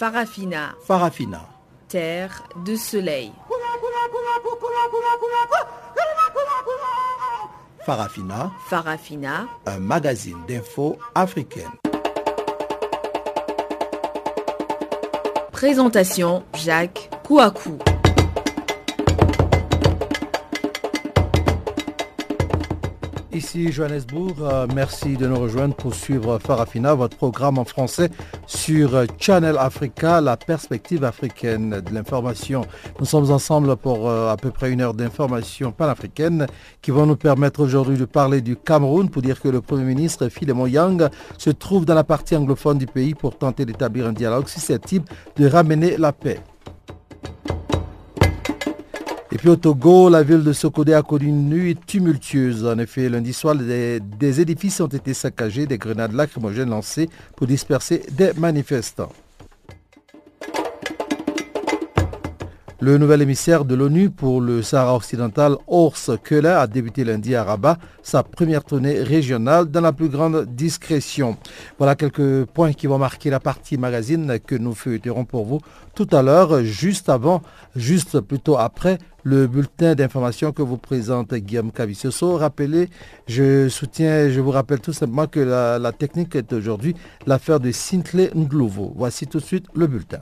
Farafina. Farafina. Terre de soleil. Farafina. Farafina. Un magazine d'infos africaine. Présentation Jacques Kouakou. Ici Johannesburg, merci de nous rejoindre pour suivre Farafina, votre programme en français sur Channel Africa, la perspective africaine de l'information. Nous sommes ensemble pour à peu près une heure d'information panafricaine qui vont nous permettre aujourd'hui de parler du Cameroun pour dire que le Premier ministre Philemon Yang se trouve dans la partie anglophone du pays pour tenter d'établir un dialogue susceptible de ramener la paix. Et puis au Togo, la ville de Sokodé a connu une nuit tumultueuse. En effet, lundi soir, des édifices ont été saccagés, des grenades lacrymogènes lancées pour disperser des manifestants. Le nouvel émissaire de l'ONU pour le Sahara occidental, Urs Köhler, a débuté lundi à Rabat sa première tournée régionale dans la plus grande discrétion. Voilà quelques points qui vont marquer la partie magazine que nous feuilleterons pour vous tout à l'heure, juste plutôt après le bulletin d'information que vous présente Guillaume Kavissoso. Je vous rappelle tout simplement que la technique est aujourd'hui l'affaire de Sintley Ndlovo. Voici tout de suite le bulletin.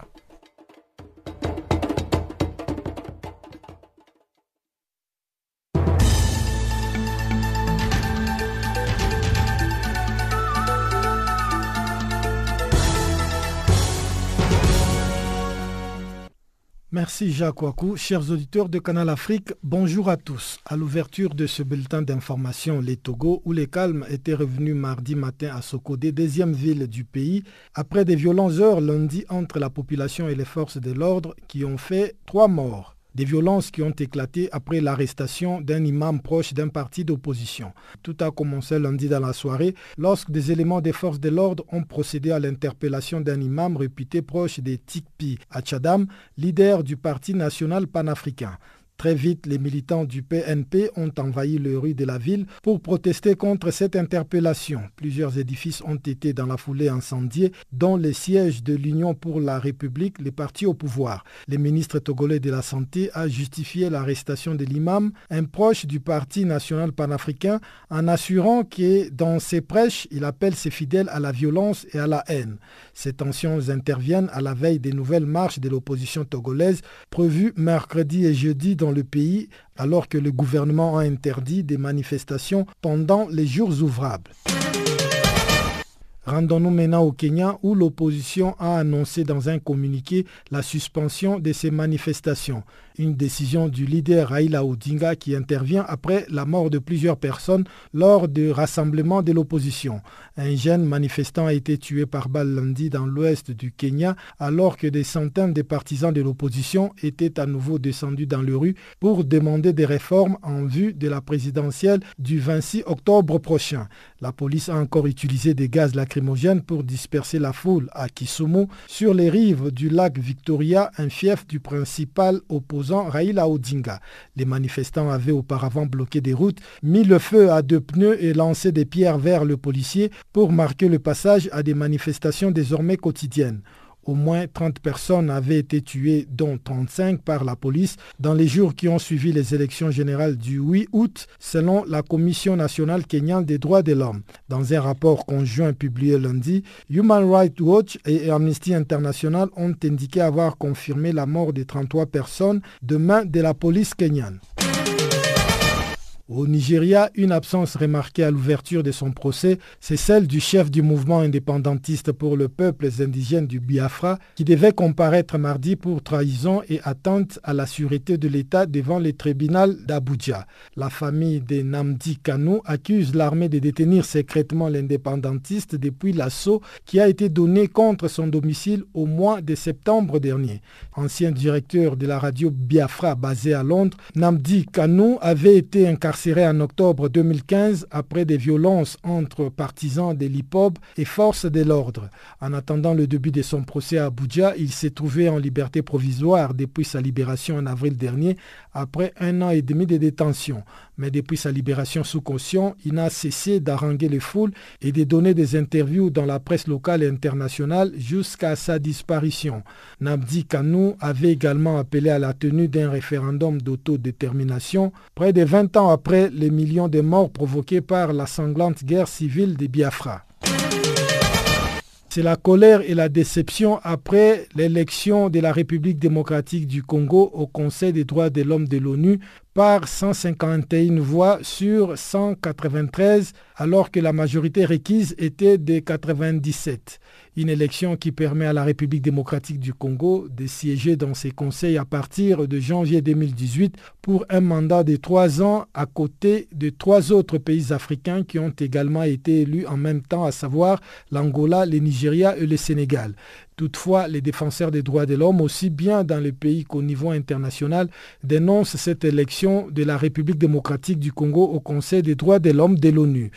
Merci Jacques Kouakou. Chers auditeurs de Canal Afrique, bonjour à tous. À l'ouverture de ce bulletin d'information, les Togo, où les calmes étaient revenus mardi matin à Sokodé, deuxième ville du pays, après des violentes heures lundi entre la population et les forces de l'ordre qui ont fait 3 morts. Des violences qui ont éclaté après l'arrestation d'un imam proche d'un parti d'opposition. Tout a commencé lundi dans la soirée lorsque des éléments des forces de l'ordre ont procédé à l'interpellation d'un imam réputé proche des Tikpi Achadam, leader du Parti national panafricain. Très vite, les militants du PNP ont envahi les rues de la ville pour protester contre cette interpellation. Plusieurs édifices ont été dans la foulée incendiés, dont les sièges de l'Union pour la République, les partis au pouvoir. Le ministre togolais de la Santé a justifié l'arrestation de l'imam, un proche du Parti national panafricain, en assurant que dans ses prêches, il appelle ses fidèles à la violence et à la haine. Ces tensions interviennent à la veille des nouvelles marches de l'opposition togolaise prévues mercredi et jeudi dans le pays, alors que le gouvernement a interdit des manifestations pendant les jours ouvrables. Rendons-nous maintenant au Kenya où l'opposition a annoncé dans un communiqué la suspension de ces manifestations. Une décision du leader Raila Odinga qui intervient après la mort de plusieurs personnes lors de rassemblements de l'opposition. Un jeune manifestant a été tué par balle lundi dans l'ouest du Kenya alors que des centaines de partisans de l'opposition étaient à nouveau descendus dans les rues pour demander des réformes en vue de la présidentielle du 26 octobre prochain. La police a encore utilisé des gaz lacrymogènes pour disperser la foule à Kisumu sur les rives du lac Victoria, un fief du principal opposant Raila Odinga. Les manifestants avaient auparavant bloqué des routes, mis le feu à 2 pneus et lancé des pierres vers le policier pour marquer le passage à des manifestations désormais quotidiennes. Au moins 30 personnes avaient été tuées, dont 35 par la police, dans les jours qui ont suivi les élections générales du 8 août, selon la Commission nationale kenyane des droits de l'homme. Dans un rapport conjoint publié lundi, Human Rights Watch et Amnesty International ont indiqué avoir confirmé la mort de 33 personnes de main de la police kenyane. Au Nigeria, une absence remarquée à l'ouverture de son procès, c'est celle du chef du mouvement indépendantiste pour le peuple indigène du Biafra, qui devait comparaître mardi pour trahison et atteinte à la sûreté de l'État devant le tribunal d'Abuja. La famille de Nnamdi Kanu accuse l'armée de détenir secrètement l'indépendantiste depuis l'assaut qui a été donné contre son domicile au mois de septembre dernier. Ancien directeur de la radio Biafra basée à Londres, Nnamdi Kanu avait été incarcéré en octobre 2015 après des violences entre partisans de l'IPOB et forces de l'ordre. En attendant le début de son procès à Abuja, il s'est trouvé en liberté provisoire depuis sa libération en avril dernier après 1 an et demi de détention. Mais depuis sa libération sous caution, il n'a cessé d'haranguer les foules et de donner des interviews dans la presse locale et internationale jusqu'à sa disparition. Nnamdi Kanu avait également appelé à la tenue d'un référendum d'autodétermination près de 20 ans après les millions de morts provoqués par la sanglante guerre civile de Biafra. C'est la colère et la déception après l'élection de la République démocratique du Congo au Conseil des droits de l'homme de l'ONU par 151 voix sur 193, alors que la majorité requise était de 97. Une élection qui permet à la République démocratique du Congo de siéger dans ses conseils à partir de janvier 2018 pour un mandat de 3 ans à côté de 3 autres pays africains qui ont également été élus en même temps, à savoir l'Angola, le Nigeria et le Sénégal. Toutefois, les défenseurs des droits de l'homme, aussi bien dans le pays qu'au niveau international, dénoncent cette élection de la République démocratique du Congo au Conseil des droits de l'homme de l'ONU.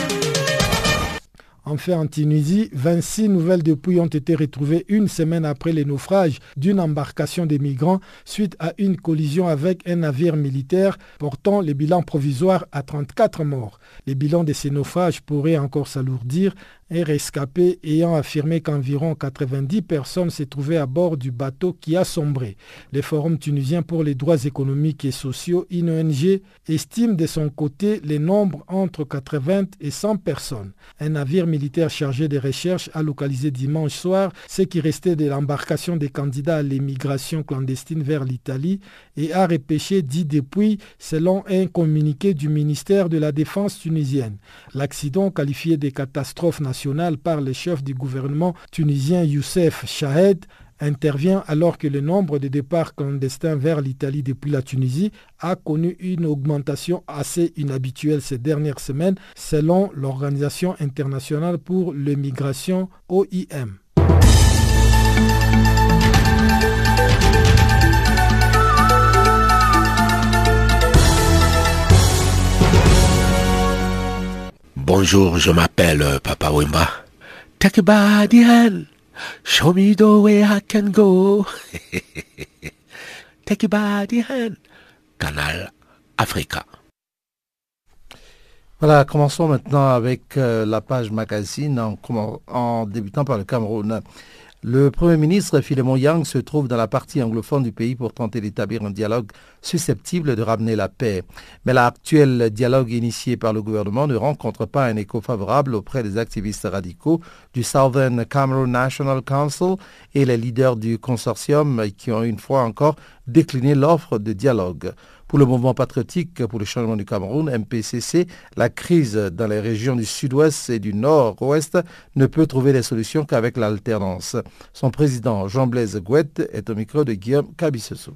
Enfin, en Tunisie, 26 nouvelles dépouilles ont été retrouvées une semaine après le naufrage d'une embarcation de migrants suite à une collision avec un navire militaire portant le bilan provisoire à 34 morts. Le bilan de ces naufrages pourrait encore s'alourdir, un rescapé ayant affirmé qu'environ 90 personnes se trouvaient à bord du bateau qui a sombré. Le Forum tunisien pour les droits économiques et sociaux, une ONG, estime de son côté les nombres entre 80 et 100 personnes. Un navire militaire chargé de recherche a localisé dimanche soir ce qui restait de l'embarcation des candidats à l'immigration clandestine vers l'Italie et a repêché 10 dépouilles selon un communiqué du ministère de la Défense tunisienne. L'accident, qualifié de catastrophe nationale par le chef du gouvernement tunisien Youssef Chahed, intervient alors que le nombre de départs clandestins vers l'Italie depuis la Tunisie a connu une augmentation assez inhabituelle ces dernières semaines, selon l'Organisation internationale pour les migrations OIM. Bonjour, je m'appelle Papa Wemba. Take a body hand. Show me the way I can go. Take a body hand. Canal Africa. Voilà, commençons maintenant avec la page magazine en débutant par le Cameroun. Le Premier ministre Philemon Yang se trouve dans la partie anglophone du pays pour tenter d'établir un dialogue susceptible de ramener la paix. Mais l'actuel dialogue initié par le gouvernement ne rencontre pas un écho favorable auprès des activistes radicaux du Southern Cameroon National Council et les leaders du consortium qui ont une fois encore décliné l'offre de dialogue. Pour le mouvement patriotique pour le changement du Cameroun, MPCC, la crise dans les régions du sud-ouest et du nord-ouest ne peut trouver des solutions qu'avec l'alternance. Son président, Jean-Blaise Gouette, est au micro de Guillaume Kabissoso.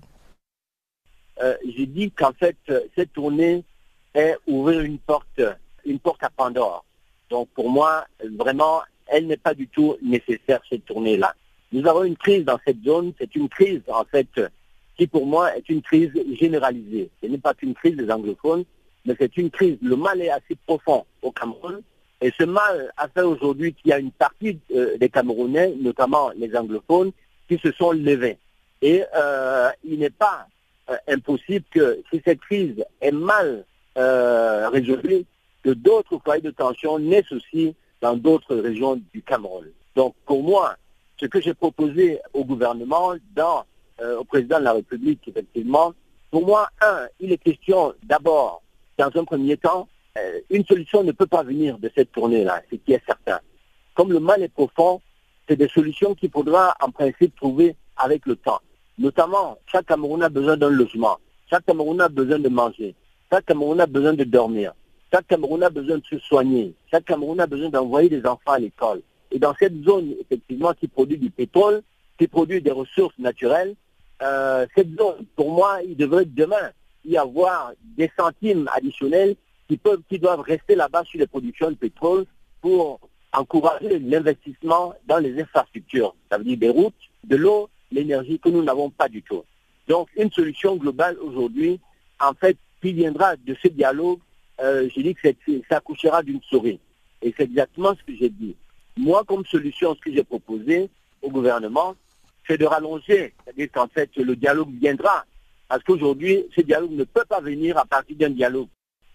J'ai dit qu'en fait, cette tournée est ouvrir une porte à Pandore. Donc pour moi, vraiment, elle n'est pas du tout nécessaire, cette tournée-là. Nous avons une crise dans cette zone, c'est une crise en fait qui pour moi est une crise généralisée. Ce n'est pas qu'une crise des anglophones, mais c'est une crise. Le mal est assez profond au Cameroun. Et ce mal a fait aujourd'hui qu'il y a une partie des Camerounais, notamment les anglophones, qui se sont levés. Et il n'est pas impossible que si cette crise est mal résolue, que d'autres foyers de tension naissent aussi dans d'autres régions du Cameroun. Donc pour moi, ce que j'ai proposé au gouvernement au président de la République, effectivement, pour moi, il est question d'abord, dans un premier temps, une solution ne peut pas venir de cette tournée-là, ce qui est certain. Comme le mal est profond, c'est des solutions qu'il faudra en principe trouver avec le temps. Notamment, chaque Camerounais a besoin d'un logement, chaque Camerounais a besoin de manger, chaque Camerounais a besoin de dormir, chaque Camerounais a besoin de se soigner, chaque Camerounais a besoin d'envoyer des enfants à l'école. Et dans cette zone, effectivement, qui produit du pétrole, qui produit des ressources naturelles, cette zone, pour moi, il devrait demain y avoir des centimes additionnels qui doivent rester là-bas sur les productions de pétrole pour encourager l'investissement dans les infrastructures. Ça veut dire des routes, de l'eau, l'énergie que nous n'avons pas du tout. Donc, une solution globale aujourd'hui, en fait, qui viendra de ce dialogue, j'ai dit que ça accouchera d'une souris. Et c'est exactement ce que j'ai dit. Moi, comme solution, ce que j'ai proposé au gouvernement, c'est de rallonger, c'est-à-dire qu'en fait, le dialogue viendra Parce qu'aujourd'hui, ce dialogue ne peut pas venir à partir d'un dialogue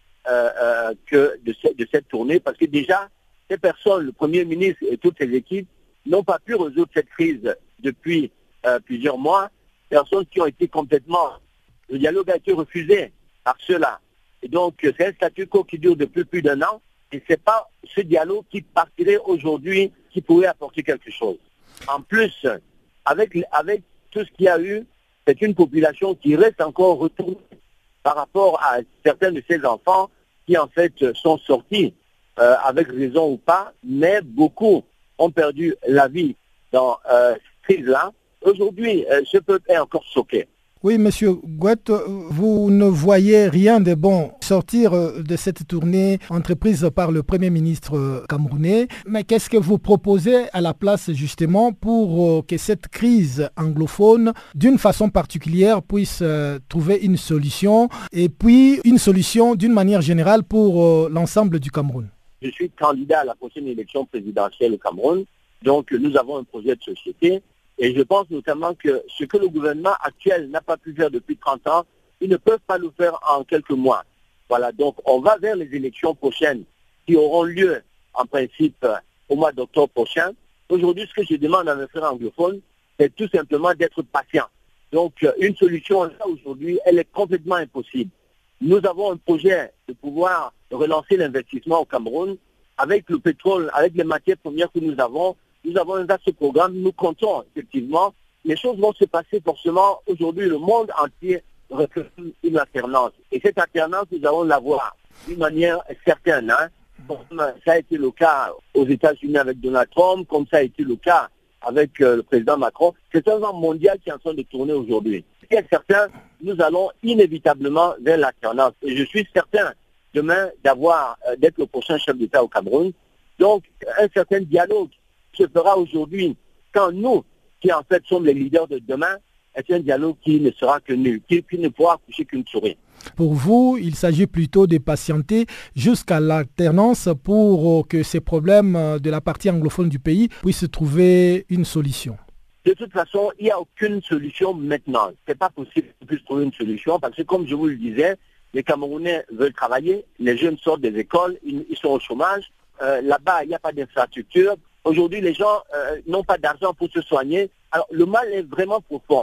que de cette tournée, parce que déjà, ces personnes, le Premier ministre et toutes ses équipes, n'ont pas pu résoudre cette crise depuis plusieurs mois. Personnes qui ont été complètement... Le dialogue a été refusé par ceux-là. Et donc, c'est un statu quo qui dure depuis plus d'1 an. Et ce n'est pas ce dialogue qui partirait aujourd'hui qui pourrait apporter quelque chose. En plus, avec tout ce qu'il y a eu, c'est une population qui reste encore retournée par rapport à certains de ces enfants qui en fait sont sortis avec raison ou pas, mais beaucoup ont perdu la vie dans cette crise-là. Aujourd'hui, ce peuple est encore choqué. Oui, Monsieur Gouet, vous ne voyez rien de bon sortir de cette tournée entreprise par le Premier ministre camerounais. Mais qu'est-ce que vous proposez à la place justement pour que cette crise anglophone, d'une façon particulière, puisse trouver une solution et puis une solution d'une manière générale pour l'ensemble du Cameroun? Je suis candidat à la prochaine élection présidentielle au Cameroun, donc nous avons un projet de société. Et je pense notamment que ce que le gouvernement actuel n'a pas pu faire depuis 30 ans, ils ne peuvent pas le faire en quelques mois. Voilà, donc on va vers les élections prochaines qui auront lieu en principe au mois d'octobre prochain. Aujourd'hui, ce que je demande à mes frères anglophones, c'est tout simplement d'être patient. Donc une solution là aujourd'hui, elle est complètement impossible. Nous avons un projet de pouvoir relancer l'investissement au Cameroun avec le pétrole, avec les matières premières que nous avons. Nous avons un vaste programme, nous comptons effectivement. Les choses vont se passer forcément. Aujourd'hui, le monde entier réclame une alternance. Et cette alternance, nous allons l'avoir d'une manière certaine. Comme ça a été le cas aux États-Unis avec Donald Trump, comme ça a été le cas avec le président Macron. C'est un vent mondial qui est en train de tourner aujourd'hui. Ce qui est certain, nous allons inévitablement vers l'alternance. Et je suis certain demain d'être le prochain chef d'État au Cameroun. Donc, un certain dialogue se fera aujourd'hui quand nous, qui en fait sommes les leaders de demain, est un dialogue qui ne sera que nul, qui ne pourra coucher qu'une souris. Pour vous, il s'agit plutôt de patienter jusqu'à l'alternance pour que ces problèmes de la partie anglophone du pays puissent trouver une solution. De toute façon, il n'y a aucune solution maintenant. Ce n'est pas possible qu'on puisse trouver une solution parce que, comme je vous le disais, les Camerounais veulent travailler, les jeunes sortent des écoles, ils sont au chômage. Là-bas, il n'y a pas d'infrastructure. Aujourd'hui, les gens n'ont pas d'argent pour se soigner. Alors, le mal est vraiment profond.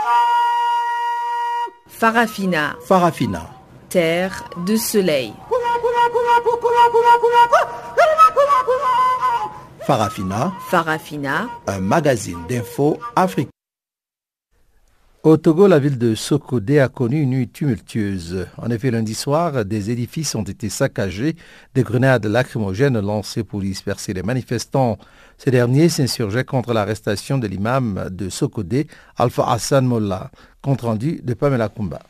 Farafina. Farafina. Terre de soleil. Farafina. Farafina. Un magazine d'infos africain. Au Togo, la ville de Sokodé a connu une nuit tumultueuse. En effet, lundi soir, des édifices ont été saccagés, des grenades lacrymogènes lancées pour disperser les manifestants. Ces derniers s'insurgeaient contre l'arrestation de l'imam de Sokodé, Alpha Hassan Molla. Compte rendu de Pamela Kumba.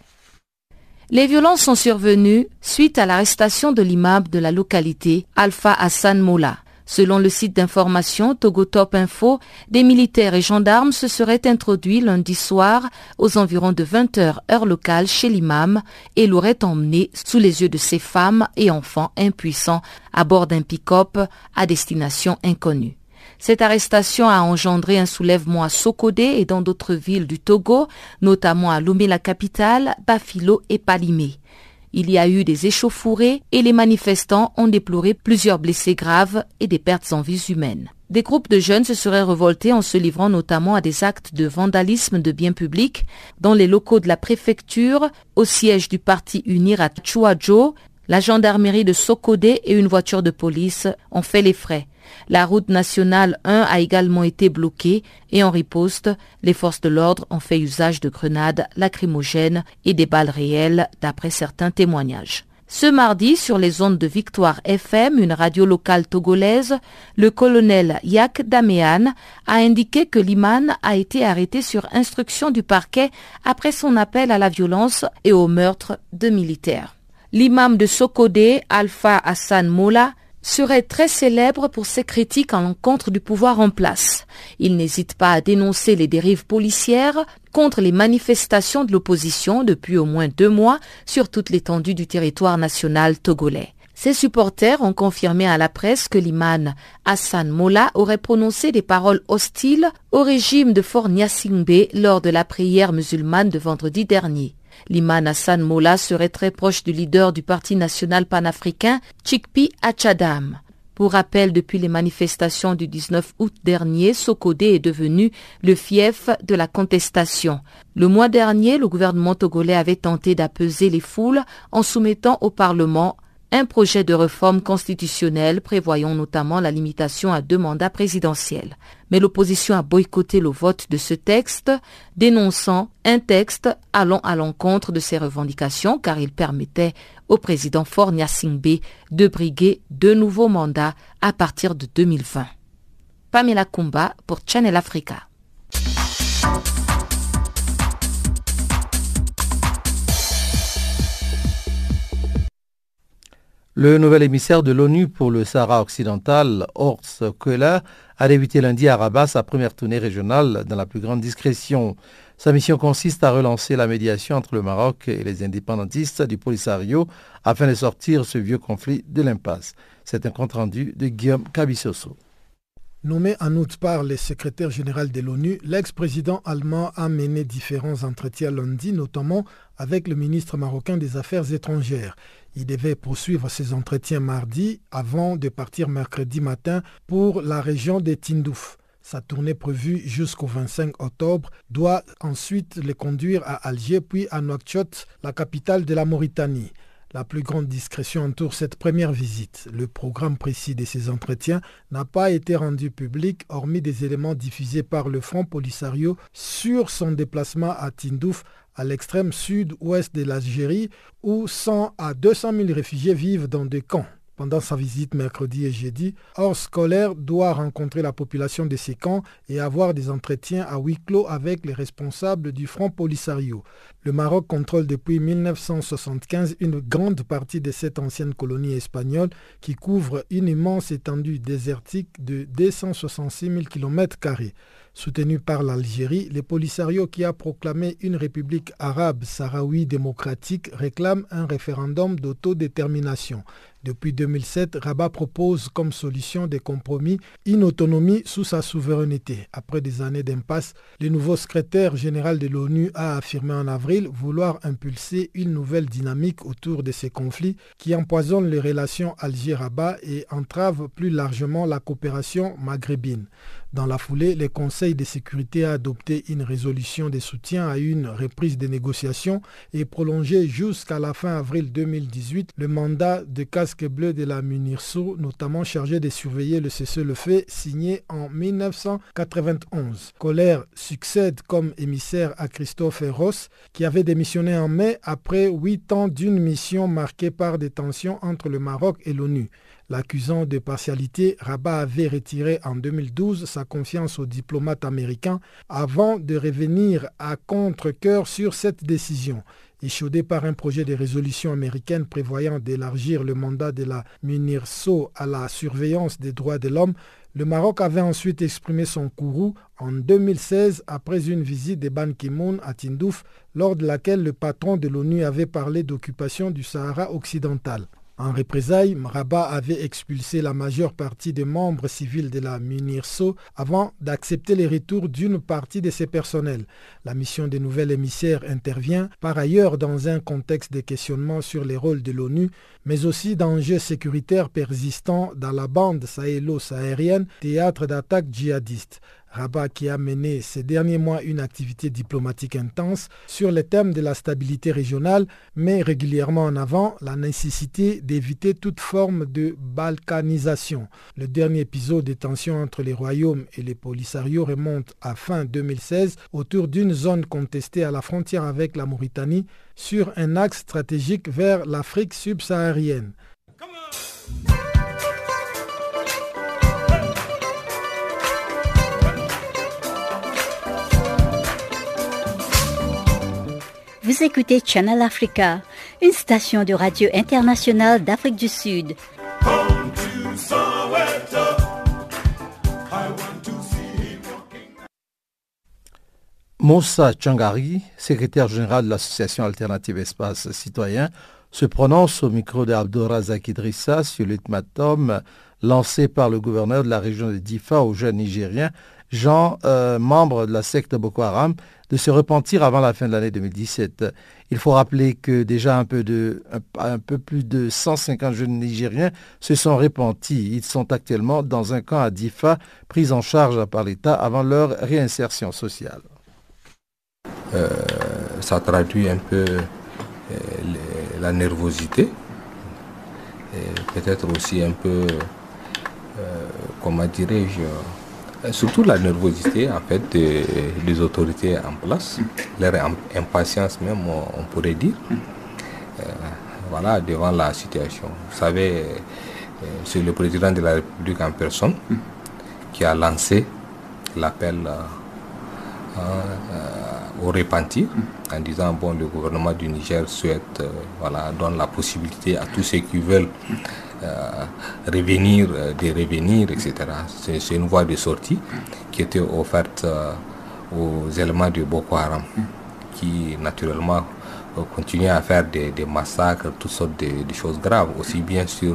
Les violences sont survenues suite à l'arrestation de l'imam de la localité, Alpha Hassan Molla. Selon le site d'information Togo Top Info, des militaires et gendarmes se seraient introduits lundi soir aux environs de 20h heure locale chez l'imam et l'auraient emmené sous les yeux de ses femmes et enfants impuissants à bord d'un pick-up à destination inconnue. Cette arrestation a engendré un soulèvement à Sokodé et dans d'autres villes du Togo, notamment à Lomé la capitale, Bafilo et Palimé. Il y a eu des échauffourées et les manifestants ont déploré plusieurs blessés graves et des pertes en vies humaines. Des groupes de jeunes se seraient révoltés en se livrant notamment à des actes de vandalisme de biens publics dans les locaux de la préfecture, au siège du parti UNIR à Chouadjo. La gendarmerie de Sokodé et une voiture de police ont fait les frais. La route nationale 1 a également été bloquée et en riposte, les forces de l'ordre ont fait usage de grenades lacrymogènes et des balles réelles d'après certains témoignages. Ce mardi, sur les ondes de Victoire FM, une radio locale togolaise, le colonel Yak Daméan a indiqué que l'imam a été arrêté sur instruction du parquet après son appel à la violence et au meurtre de militaires. L'imam de Sokodé, Alpha Hassan Molla, serait très célèbre pour ses critiques à l'encontre du pouvoir en place. Il n'hésite pas à dénoncer les dérives policières contre les manifestations de l'opposition depuis au moins 2 mois sur toute l'étendue du territoire national togolais. Ses supporters ont confirmé à la presse que l'imam Hassan Molla aurait prononcé des paroles hostiles au régime de Fort Gnassingbé lors de la prière musulmane de vendredi dernier. Liman Hassan Molla serait très proche du leader du Parti national panafricain, Chikpi Achadam. Pour rappel, depuis les manifestations du 19 août dernier, Sokodé est devenu le fief de la contestation. Le mois dernier, le gouvernement togolais avait tenté d'apaiser les foules en soumettant au Parlement un projet de réforme constitutionnelle prévoyant notamment la limitation à 2 mandats présidentiels. Mais l'opposition a boycotté le vote de ce texte, dénonçant un texte allant à l'encontre de ses revendications car il permettait au président Faure Gnassingbé de briguer 2 nouveaux mandats à partir de 2020. Pamela Kumba pour Channel Africa. Le nouvel émissaire de l'ONU pour le Sahara occidental, Horst Köhler, a débuté lundi à Rabat sa première tournée régionale dans la plus grande discrétion. Sa mission consiste à relancer la médiation entre le Maroc et les indépendantistes du Polisario afin de sortir ce vieux conflit de l'impasse. C'est un compte-rendu de Guillaume Cabissoso. Nommé en août par le secrétaire général de l'ONU, l'ex-président allemand a mené différents entretiens lundi, notamment avec le ministre marocain des Affaires étrangères. Il devait poursuivre ses entretiens mardi avant de partir mercredi matin pour la région de Tindouf. Sa tournée prévue jusqu'au 25 octobre doit ensuite le conduire à Alger puis à Nouakchott, la capitale de la Mauritanie. La plus grande discrétion entoure cette première visite. Le programme précis de ces entretiens n'a pas été rendu public, hormis des éléments diffusés par le Front Polisario sur son déplacement à Tindouf, à l'extrême sud-ouest de l'Algérie, où 100 à 200 000 réfugiés vivent dans des camps. Pendant sa visite mercredi et jeudi, Horst Köhler doit rencontrer la population de ces camps et avoir des entretiens à huis clos avec les responsables du Front Polisario. Le Maroc contrôle depuis 1975 une grande partie de cette ancienne colonie espagnole qui couvre une immense étendue désertique de 266 000 km². Soutenu par l'Algérie, le Polisario qui a proclamé une république arabe sahraoui démocratique réclame un référendum d'autodétermination. Depuis 2007, Rabat propose comme solution de compromis une autonomie sous sa souveraineté. Après des années d'impasse, le nouveau secrétaire général de l'ONU a affirmé en avril vouloir impulser une nouvelle dynamique autour de ces conflits qui empoisonnent les relations Alger-Rabat et entravent plus largement la coopération maghrébine. Dans la foulée, le Conseil de sécurité a adopté une résolution de soutien à une reprise des négociations et prolongé jusqu'à la fin avril 2018 le mandat de casque bleu de la MINURSO, notamment chargé de surveiller le cessez-le-feu signé en 1991. Köhler succède comme émissaire à Christophe Ross, qui avait démissionné en mai après 8 ans d'une mission marquée par des tensions entre le Maroc et l'ONU. L'accusant de partialité, Rabat avait retiré en 2012 sa confiance aux diplomates américains avant de revenir à contre-cœur sur cette décision. Échaudé par un projet de résolution américaine prévoyant d'élargir le mandat de la MINURSO à la surveillance des droits de l'homme, le Maroc avait ensuite exprimé son courroux en 2016 après une visite de Ban Ki-moon à Tindouf, lors de laquelle le patron de l'ONU avait parlé d'occupation du Sahara occidental. En représailles, Rabat avait expulsé la majeure partie des membres civils de la MINURSO avant d'accepter le retour d'une partie de ses personnels. La mission des nouvelles émissaires intervient par ailleurs dans un contexte de questionnement sur les rôles de l'ONU, mais aussi d'enjeux sécuritaires persistants dans la bande sahélo-saharienne, théâtre d'attaques djihadistes. Rabat qui a mené ces derniers mois une activité diplomatique intense sur le thème de la stabilité régionale, met régulièrement en avant la nécessité d'éviter toute forme de balkanisation. Le dernier épisode de tensions entre les royaumes et les Polisario remonte à fin 2016 autour d'une zone contestée à la frontière avec la Mauritanie sur un axe stratégique vers l'Afrique subsaharienne. Vous écoutez Channel Africa, une station de radio internationale d'Afrique du Sud. Moussa Tchangari, secrétaire général de l'association Alternative Espace Citoyen, se prononce au micro d'Abdourazak Idrissa sur l'ultimatum lancé par le gouverneur de la région de Difa aux jeunes Nigériens gens membres de la secte Boko Haram de se repentir avant la fin de l'année 2017. Il faut rappeler que déjà un peu plus de 150 jeunes Nigériens se sont repentis. Ils sont actuellement dans un camp à Difa, pris en charge par l'État avant leur réinsertion sociale. Ça traduit un peu la nervosité et peut-être aussi un peu, comment dirais-je, surtout la nervosité en fait des autorités en place, leur impatience même on pourrait dire, voilà, devant la situation. Vous savez, c'est le président de la République en personne qui a lancé l'appel au repentir en disant bon, le gouvernement du Niger souhaite donne la possibilité à tous ceux qui veulent revenir, de revenir, etc. C'est une voie de sortie qui était offerte aux éléments de Boko Haram qui naturellement continuaient à faire des massacres, toutes sortes de choses graves, aussi bien sur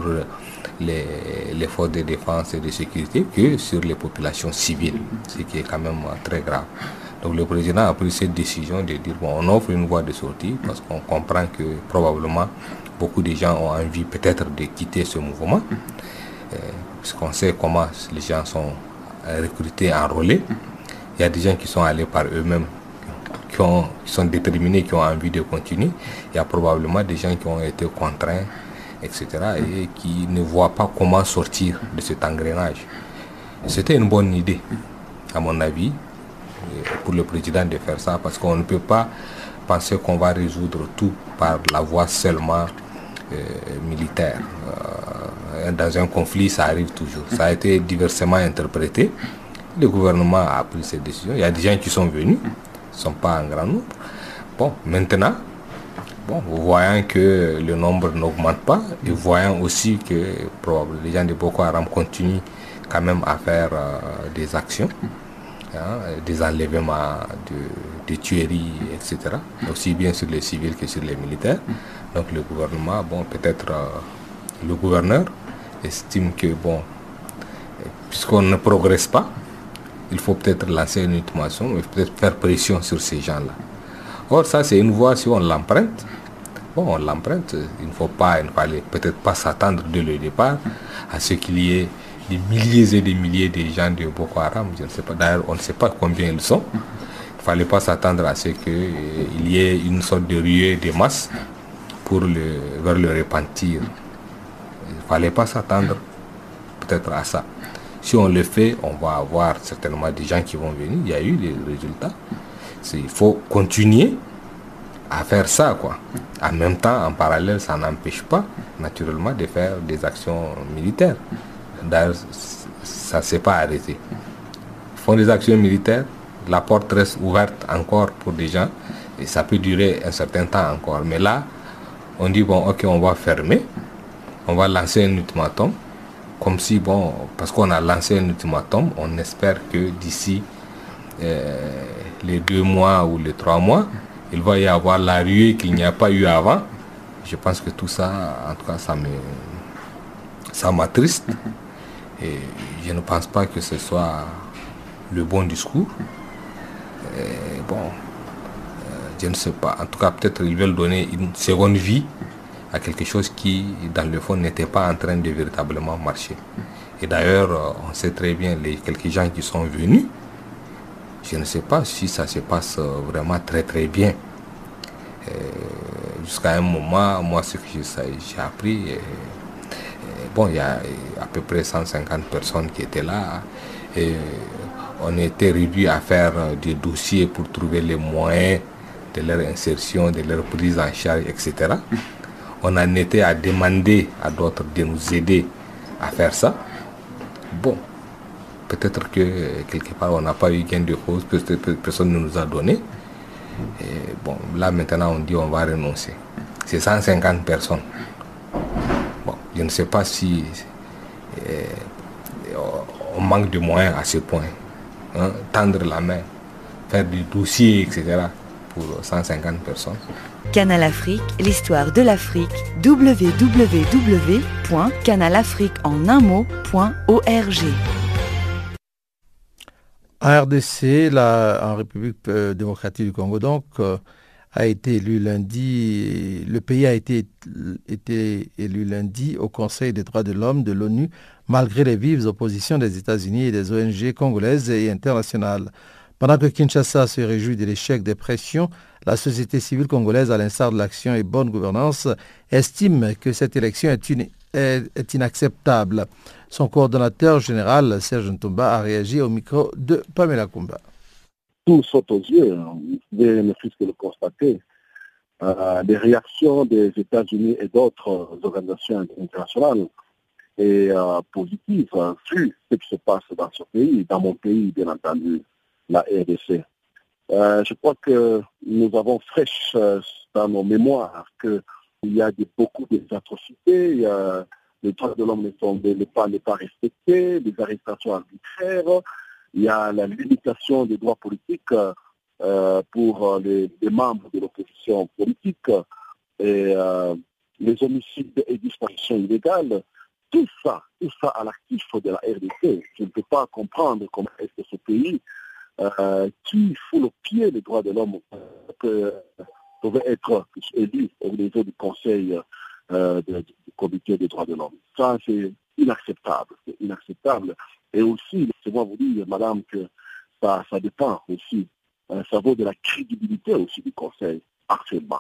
les forces de défense et de sécurité que sur les populations civiles, ce qui est quand même très grave. Donc le président a pris cette décision de dire bon, on offre une voie de sortie parce qu'on comprend que probablement beaucoup de gens ont envie peut-être de quitter ce mouvement, puisqu'on sait comment les gens sont recrutés, enrôlés. Il y a des gens qui sont allés par eux-mêmes, qui sont déterminés, qui ont envie de continuer. Il y a probablement des gens qui ont été contraints, etc. et qui ne voient pas comment sortir de cet engrenage. C'était une bonne idée, à mon avis, pour le président de faire ça, parce qu'on ne peut pas penser qu'on va résoudre tout par la voie seulement militaire. Dans un conflit, ça arrive toujours. Ça a été diversement interprété. Le gouvernement a pris cette décision. Il y a des gens qui sont venus, ils ne sont pas en grand nombre. Bon, maintenant, voyant que le nombre n'augmente pas, et voyant aussi que les gens de Boko Haram continuent quand même à faire des actions, des enlèvements, de tueries, etc. Aussi bien sur les civils que sur les militaires. Donc le gouvernement, peut-être le gouverneur estime que, puisqu'on ne progresse pas, il faut peut-être lancer une ultimatum et peut-être faire pression sur ces gens-là. Or, ça, c'est une voie, si on l'emprunte, on l'emprunte, il fallait peut-être pas s'attendre dès le départ à ce qu'il y ait des milliers et des milliers de gens de Boko Haram, je ne sais pas, d'ailleurs on ne sait pas combien ils sont. Il ne fallait pas s'attendre à ce qu'il y ait une sorte de ruée de masse vers le repentir. Il ne fallait pas s'attendre peut-être à ça. Si on le fait, on va avoir certainement des gens qui vont venir. Il y a eu des résultats. Il faut continuer à faire ça, quoi. En même temps, en parallèle, ça n'empêche pas naturellement de faire des actions militaires. D'ailleurs, ça ne s'est pas arrêté. Ils font des actions militaires, la porte reste ouverte encore pour des gens, et ça peut durer un certain temps encore. Mais là, on dit, ok, on va fermer, on va lancer un ultimatum, comme si, parce qu'on a lancé un ultimatum, on espère que d'ici les 2 mois ou les 3 mois, il va y avoir la ruée qu'il n'y a pas eu avant. Je pense que tout ça, en tout cas, ça m'attriste. Et je ne pense pas que ce soit le bon discours. Je ne sais pas. En tout cas, peut-être ils veulent donner une seconde vie à quelque chose qui, dans le fond, n'était pas en train de véritablement marcher. Et d'ailleurs, on sait très bien, quelques gens qui sont venus, je ne sais pas si ça se passe vraiment très très bien. Jusqu'à un moment, moi, ce que j'ai appris, il y a à peu près 150 personnes qui étaient là. Et on était réduit à faire des dossiers pour trouver les moyens de leur insertion, de leur prise en charge, etc. On en était à demander à d'autres de nous aider à faire ça. Peut-être que quelque part on n'a pas eu gain de cause, peut-être que personne ne nous a donné. Et là maintenant on dit on va renoncer. C'est 150 personnes. Je ne sais pas si on manque de moyens à ce point. Tendre la main, faire des dossiers, etc. pour 150 personnes. Canal Afrique, l'histoire de l'Afrique, www.canalafriqueenunmot.org. En RDC, en République démocratique du Congo, donc, a été élu lundi. Le pays a été élu lundi au Conseil des droits de l'homme de l'ONU, malgré les vives oppositions des États-Unis et des ONG congolaises et internationales. Pendant que Kinshasa se réjouit de l'échec des pressions, la société civile congolaise, à l'instar de l'Action et bonne gouvernance, estime que cette élection est inacceptable. Son coordonnateur général, Serge Ntomba, a réagi au micro de Pamela Kumba. Tout saute aux yeux, vous pouvez ne plus que le constater. Les réactions des États-Unis et d'autres organisations internationales est positive, vu ce qui se passe dans ce pays, dans mon pays, bien entendu, la RDC. Je crois que nous avons fraîche dans nos mémoires qu'il y a beaucoup d'atrocités, les droits de l'homme ne sont pas respectés, les arrestations arbitraires, il y a la limitation des droits politiques pour les membres de l'opposition politique et les homicides et disparitions illégales. Tout ça à l'actif de la RDC. Je ne peux pas comprendre comment est-ce que ce pays qui fout au pied les droits de l'homme pouvait être élu au niveau du Conseil du Comité des droits de l'homme. Ça, c'est inacceptable. C'est inacceptable. Et aussi, laissez-moi vous dire, madame, que ça dépend aussi. Ça vaut de la crédibilité aussi du Conseil actuellement.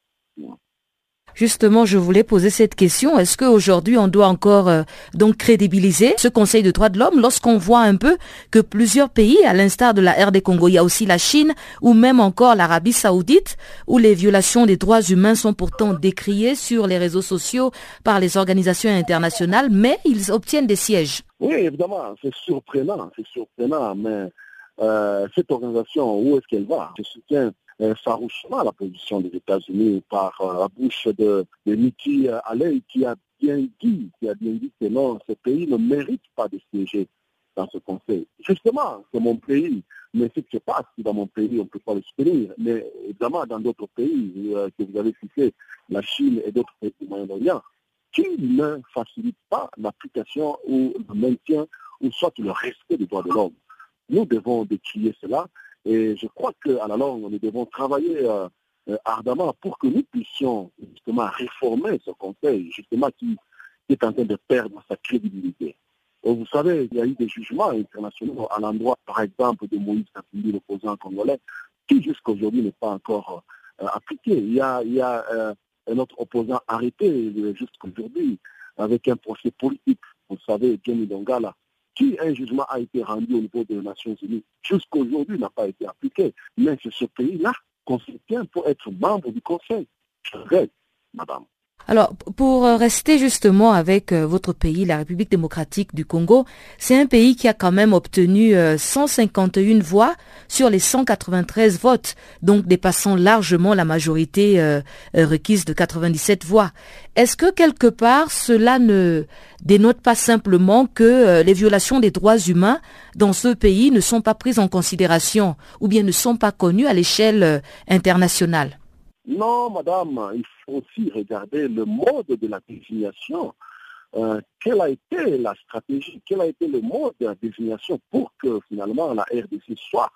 Justement, je voulais poser cette question. Est-ce qu'aujourd'hui, on doit encore donc crédibiliser ce Conseil des droits de l'homme lorsqu'on voit un peu que plusieurs pays, à l'instar de la RD Congo, il y a aussi la Chine ou même encore l'Arabie Saoudite, où les violations des droits humains sont pourtant décriées sur les réseaux sociaux par les organisations internationales, mais ils obtiennent des sièges. Oui, évidemment, c'est surprenant, mais cette organisation, où est-ce qu'elle va? Je soutiens farouchement la position des États-Unis par la bouche de Nikki Haley qui a bien dit que non, ce pays ne mérite pas de siéger dans ce conseil. Justement, c'est mon pays, mais ce qui se passe dans mon pays, on ne peut pas le soutenir. Mais évidemment, dans d'autres pays que vous avez cités, la Chine et d'autres pays du Moyen-Orient, qui ne facilitent pas l'application ou le maintien ou soit le respect des droits de l'homme. Nous devons décrier cela. Et je crois qu'à la longue, nous devons travailler ardemment pour que nous puissions justement réformer ce conseil, justement qui est en train de perdre sa crédibilité. Et vous savez, il y a eu des jugements internationaux à l'endroit, par exemple, de Moïse Katumbi, l'opposant congolais, qui jusqu'aujourd'hui n'est pas encore appliqué. Il y a un autre opposant arrêté jusqu'aujourd'hui avec un procès politique. Vous savez, Johnny Dongala, qui un jugement a été rendu au niveau des Nations Unies, jusqu'aujourd'hui n'a pas été appliqué. Mais c'est ce pays-là qu'on soutient pour être membre du Conseil. Je regrette, madame. Alors, pour rester justement avec votre pays, la République démocratique du Congo, c'est un pays qui a quand même obtenu 151 voix sur les 193 votes, donc dépassant largement la majorité requise de 97 voix. Est-ce que quelque part, cela ne dénote pas simplement que les violations des droits humains dans ce pays ne sont pas prises en considération ou bien ne sont pas connues à l'échelle internationale? Non, madame, il faut aussi regarder le mode de la désignation. Quelle a été la stratégie, quel a été le mode de la désignation pour que finalement la RDC soit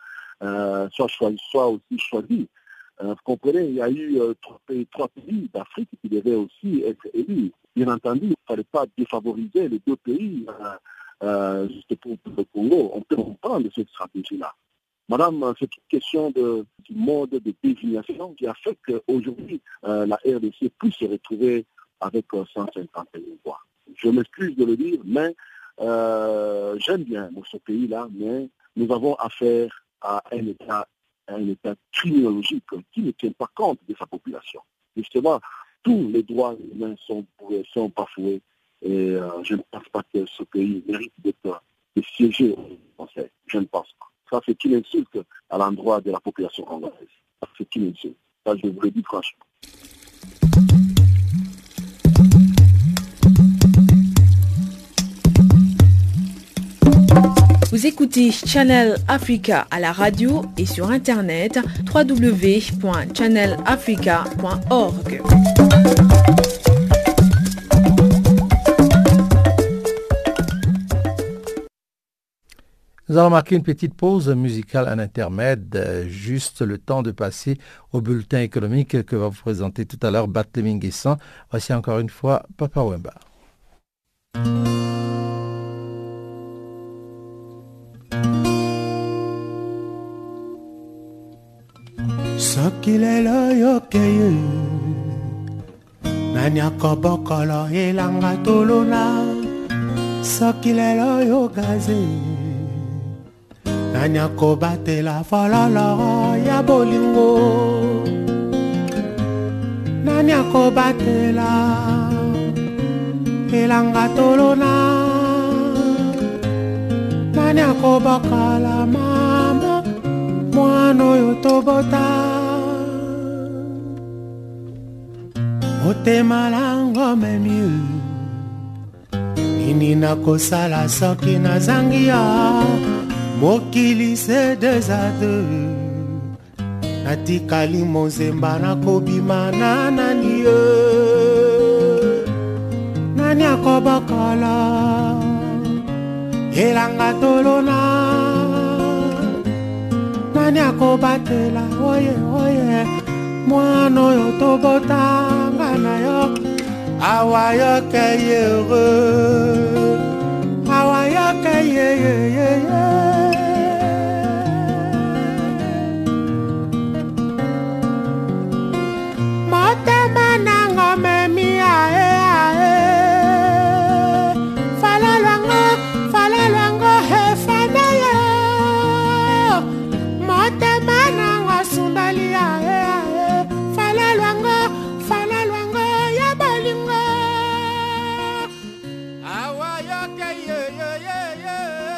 aussi choisie. Vous comprenez, il y a eu trois pays d'Afrique qui devaient aussi être élus. Bien entendu, il ne fallait pas défavoriser les deux pays juste pour le Congo. On peut comprendre cette stratégie-là. Madame, c'est une question du mode de désignation qui a fait qu'aujourd'hui, la RDC puisse se retrouver avec 151 voix. Je m'excuse de le dire, mais j'aime bien ce pays-là, mais nous avons affaire à un État criminologique qui ne tient pas compte de sa population. Justement, tous les droits humains sont bafoués et je ne pense pas que ce pays mérite de siéger au Conseil. Je ne pense pas. Ça, c'est une insulte à l'endroit de la population congolaise. Ça, c'est une insulte. Ça, je vous le dis franchement. Vous écoutez Channel Africa à la radio et sur Internet www.channelafrica.org. Nous allons marquer une petite pause musicale, un intermède, juste le temps de passer au bulletin économique que va vous présenter tout à l'heure Barthélémy Nguessan. Voici encore une fois Papa Wemba. Sokilelo yokeye Nanyako bokolo ilanga tuluna Sokilelo yogaze Nanyako batela falala ya bolingo Nanyako batela ilanga tuluna Nanyako bokala mama Mwano yotobota Motema lango memieux Nini nakosala soki nazangia Mokili se 2-2 Natikali mozemba nakobima na nani ye Nani akobakala Elanga tolona Nani akobatela oye oye Mwano yotobota na yo Awa yo keye heureux Awa yo keye ye Motema nango memi ae ae Fala luango he fana yo Motema nango sundali ae ae Fala luango ya bolingo Awa yo keye ye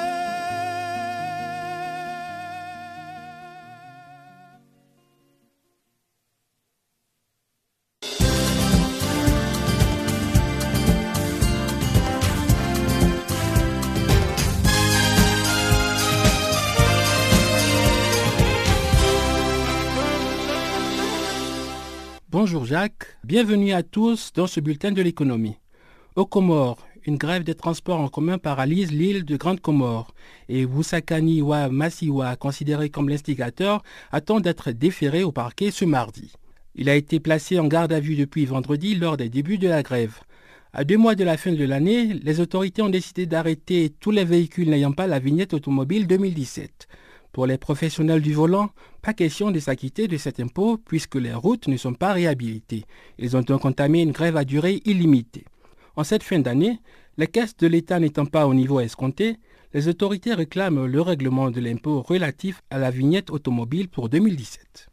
Bonjour Jacques, bienvenue à tous dans ce bulletin de l'économie. Aux Comores, une grève des transports en commun paralyse l'île de Grande Comore et Woussakani Wa Massiwa, considéré comme l'instigateur, attend d'être déféré au parquet ce mardi. Il a été placé en garde à vue depuis vendredi lors des débuts de la grève. À 2 mois de la fin de l'année, les autorités ont décidé d'arrêter tous les véhicules n'ayant pas la vignette automobile 2017. Pour les professionnels du volant, pas question de s'acquitter de cet impôt puisque les routes ne sont pas réhabilitées. Ils ont donc entamé une grève à durée illimitée. En cette fin d'année, les caisses de l'État n'étant pas au niveau escompté, les autorités réclament le règlement de l'impôt relatif à la vignette automobile pour 2017.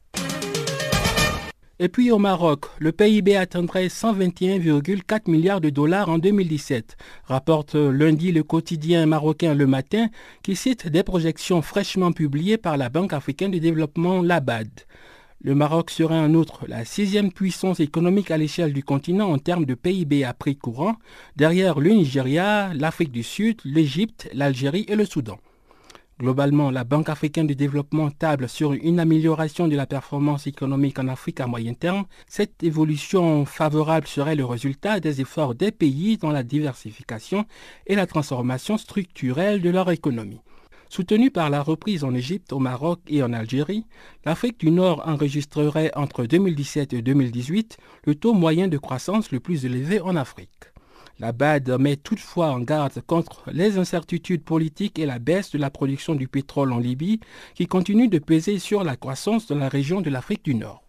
Et puis au Maroc, le PIB atteindrait 121,4 milliards de dollars en 2017, rapporte lundi le quotidien marocain Le Matin, qui cite des projections fraîchement publiées par la Banque africaine de développement, la BAD. Le Maroc serait en outre la 6e puissance économique à l'échelle du continent en termes de PIB à prix courant, derrière le Nigeria, l'Afrique du Sud, l'Égypte, l'Algérie et le Soudan. Globalement, la Banque africaine de développement table sur une amélioration de la performance économique en Afrique à moyen terme. Cette évolution favorable serait le résultat des efforts des pays dans la diversification et la transformation structurelle de leur économie. Soutenue par la reprise en Égypte, au Maroc et en Algérie, l'Afrique du Nord enregistrerait entre 2017 et 2018 le taux moyen de croissance le plus élevé en Afrique. La BAD met toutefois en garde contre les incertitudes politiques et la baisse de la production du pétrole en Libye qui continue de peser sur la croissance dans la région de l'Afrique du Nord.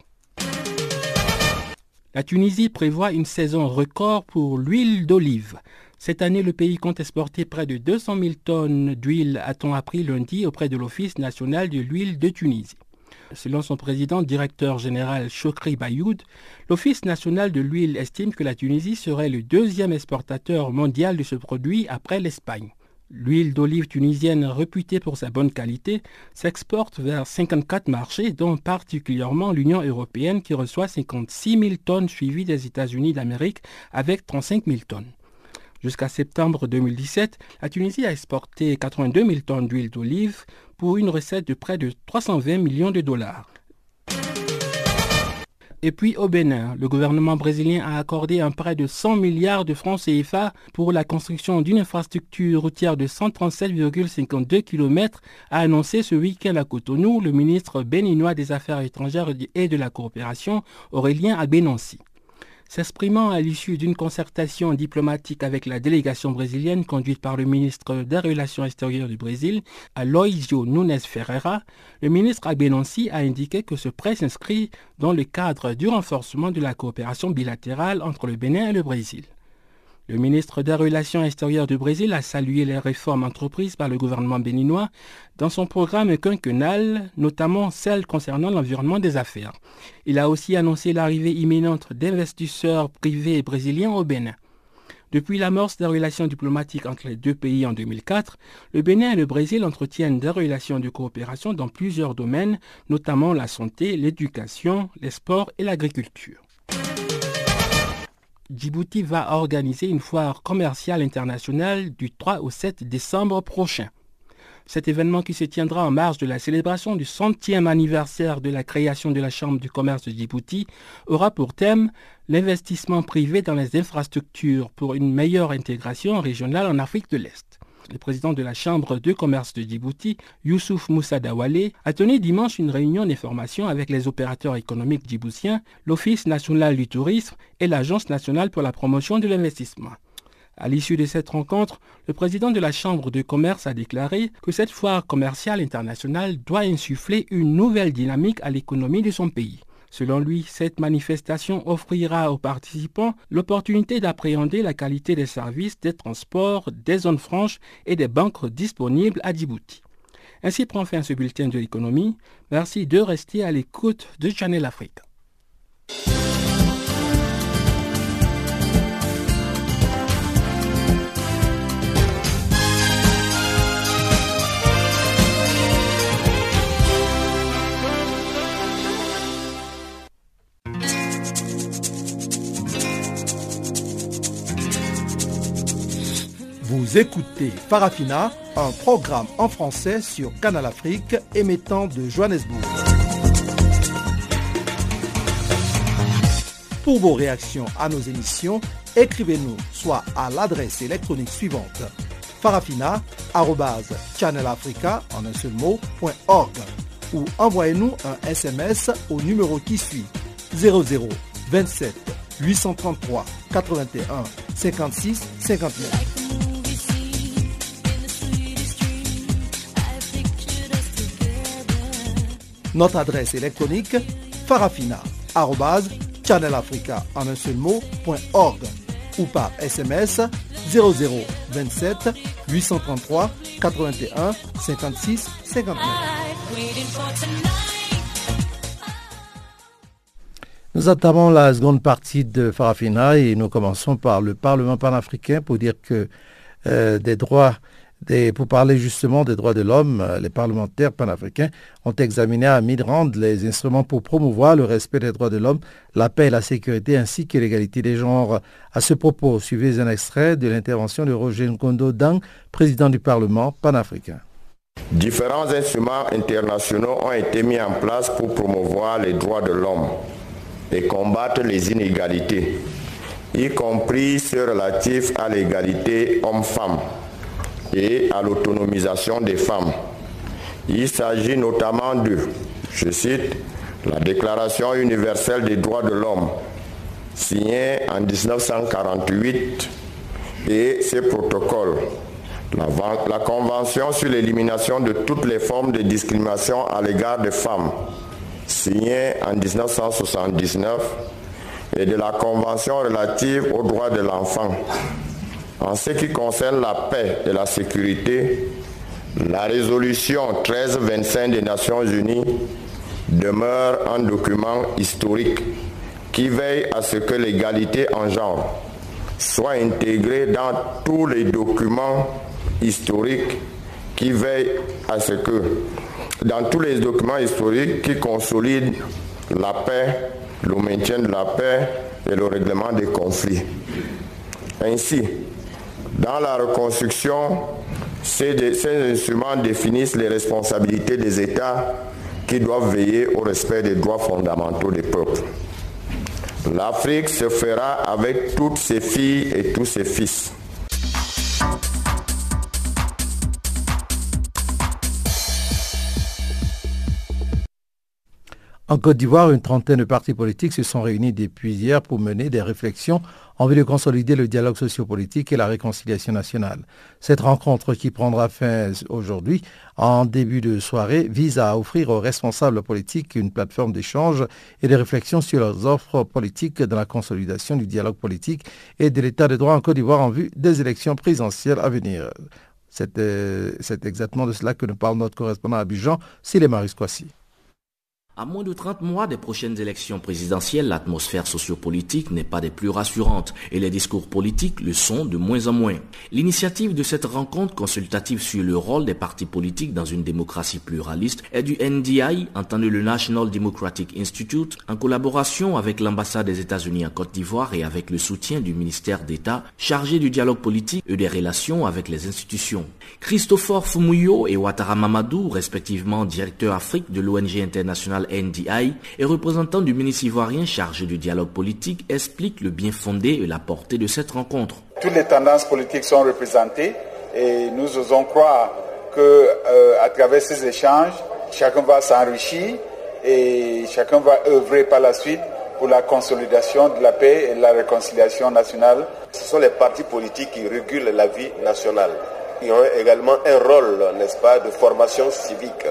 La Tunisie prévoit une saison record pour l'huile d'olive. Cette année, le pays compte exporter près de 200 000 tonnes d'huile, a-t-on appris lundi auprès de l'Office national de l'huile de Tunisie. Selon son président directeur général Chokri Bayoud, l'Office national de l'huile estime que la Tunisie serait le 2e exportateur mondial de ce produit après l'Espagne. L'huile d'olive tunisienne, réputée pour sa bonne qualité, s'exporte vers 54 marchés, dont particulièrement l'Union européenne qui reçoit 56 000 tonnes suivies des États-Unis d'Amérique avec 35 000 tonnes. Jusqu'à septembre 2017, la Tunisie a exporté 82 000 tonnes d'huile d'olive pour une recette de près de 320 millions de dollars. Et puis au Bénin, le gouvernement brésilien a accordé un prêt de 100 milliards de francs CFA pour la construction d'une infrastructure routière de 137,52 km, a annoncé ce week-end à Cotonou le ministre béninois des Affaires étrangères et de la coopération, Aurélien Agbenonsi. S'exprimant à l'issue d'une concertation diplomatique avec la délégation brésilienne conduite par le ministre des Relations extérieures du Brésil, Aloysio Nunes Ferreira, le ministre Agbenonsi a indiqué que ce prêt s'inscrit dans le cadre du renforcement de la coopération bilatérale entre le Bénin et le Brésil. Le ministre des Relations extérieures du Brésil a salué les réformes entreprises par le gouvernement béninois dans son programme quinquennal, notamment celles concernant l'environnement des affaires. Il a aussi annoncé l'arrivée imminente d'investisseurs privés brésiliens au Bénin. Depuis l'amorce des relations diplomatiques entre les deux pays en 2004, le Bénin et le Brésil entretiennent des relations de coopération dans plusieurs domaines, notamment la santé, l'éducation, les sports et l'agriculture. Djibouti va organiser une foire commerciale internationale du 3 au 7 décembre prochain. Cet événement, qui se tiendra en marge de la célébration du 100e anniversaire de la création de la Chambre du commerce de Djibouti, aura pour thème l'investissement privé dans les infrastructures pour une meilleure intégration régionale en Afrique de l'Est. Le président de la Chambre de commerce de Djibouti, Youssouf Moussa Dawale, a tenu dimanche une réunion d'information avec les opérateurs économiques djiboutiens, l'Office national du tourisme et l'Agence nationale pour la promotion de l'investissement. À l'issue de cette rencontre, le président de la Chambre de commerce a déclaré que cette foire commerciale internationale doit insuffler une nouvelle dynamique à l'économie de son pays. Selon lui, cette manifestation offrira aux participants l'opportunité d'appréhender la qualité des services, des transports, des zones franches et des banques disponibles à Djibouti. Ainsi prend fin ce bulletin de l'économie. Merci de rester à l'écoute de Channel Afrique. Vous écoutez Farafina, un programme en français sur Canal Afrique émettant de Johannesburg. Pour vos réactions à nos émissions, écrivez-nous soit à l'adresse électronique suivante: farafina@channelafrica en un seul mot.org, ou envoyez-nous un SMS au numéro qui suit 00 27 833 81 56 59. Notre adresse électronique farafina@channelafrica en un seul mot.org, ou par SMS 0027 833 81 56 59. Nous entamons la seconde partie de Farafina et nous commençons par le Parlement panafricain pour dire que pour parler justement des droits de l'homme, les parlementaires panafricains ont examiné à mi-rand les instruments pour promouvoir le respect des droits de l'homme, la paix et la sécurité ainsi que l'égalité des genres. À ce propos, suivez un extrait de l'intervention de Roger Nkondo Dang, président du Parlement panafricain. Différents instruments internationaux ont été mis en place pour promouvoir les droits de l'homme et combattre les inégalités, y compris ceux relatifs à l'égalité homme-femme et à l'autonomisation des femmes. Il s'agit notamment de, je cite, la Déclaration universelle des droits de l'homme, signée en 1948, et ses protocoles, la Convention sur l'élimination de toutes les formes de discrimination à l'égard des femmes, signée en 1979, et de la Convention relative aux droits de l'enfant. En ce qui concerne la paix et la sécurité, la résolution 1325 des Nations Unies demeure un document historique qui veille à ce que l'égalité en genre soit intégrée dans tous les documents historiques, qui veille à ce que, dans tous les documents historiques qui consolident la paix, le maintien de la paix et le règlement des conflits. Ainsi, dans la reconstruction, ces instruments définissent les responsabilités des États qui doivent veiller au respect des droits fondamentaux des peuples. L'Afrique se fera avec toutes ses filles et tous ses fils. En Côte d'Ivoire, une trentaine de partis politiques se sont réunis depuis hier pour mener des réflexions en vue de consolider le dialogue sociopolitique et la réconciliation nationale. Cette rencontre, qui prendra fin aujourd'hui en début de soirée, vise à offrir aux responsables politiques une plateforme d'échange et de réflexion sur leurs offres politiques dans la consolidation du dialogue politique et de l'état de droit en Côte d'Ivoire en vue des élections présidentielles à venir. C'est exactement de cela que nous parle notre correspondant à Abidjan, Silémaris Kouassi. À moins de 30 mois des prochaines élections présidentielles, l'atmosphère sociopolitique n'est pas des plus rassurantes et les discours politiques le sont de moins en moins. L'initiative de cette rencontre consultative sur le rôle des partis politiques dans une démocratie pluraliste est du NDI, entendu le National Democratic Institute, en collaboration avec l'ambassade des États-Unis en Côte d'Ivoire et avec le soutien du ministère d'État chargé du dialogue politique et des relations avec les institutions. Christopher Fumuyo et Ouattara Mamadou, respectivement directeur Afrique de l'ONG internationale NDI et représentant du ministre ivoirien chargé du dialogue politique, expliquent le bien fondé et la portée de cette rencontre. Toutes les tendances politiques sont représentées et nous osons croire que à travers ces échanges, chacun va s'enrichir et chacun va œuvrer par la suite pour la consolidation de la paix et de la réconciliation nationale. Ce sont les partis politiques qui régulent la vie nationale. Ils ont également un rôle, n'est-ce pas, de formation civique.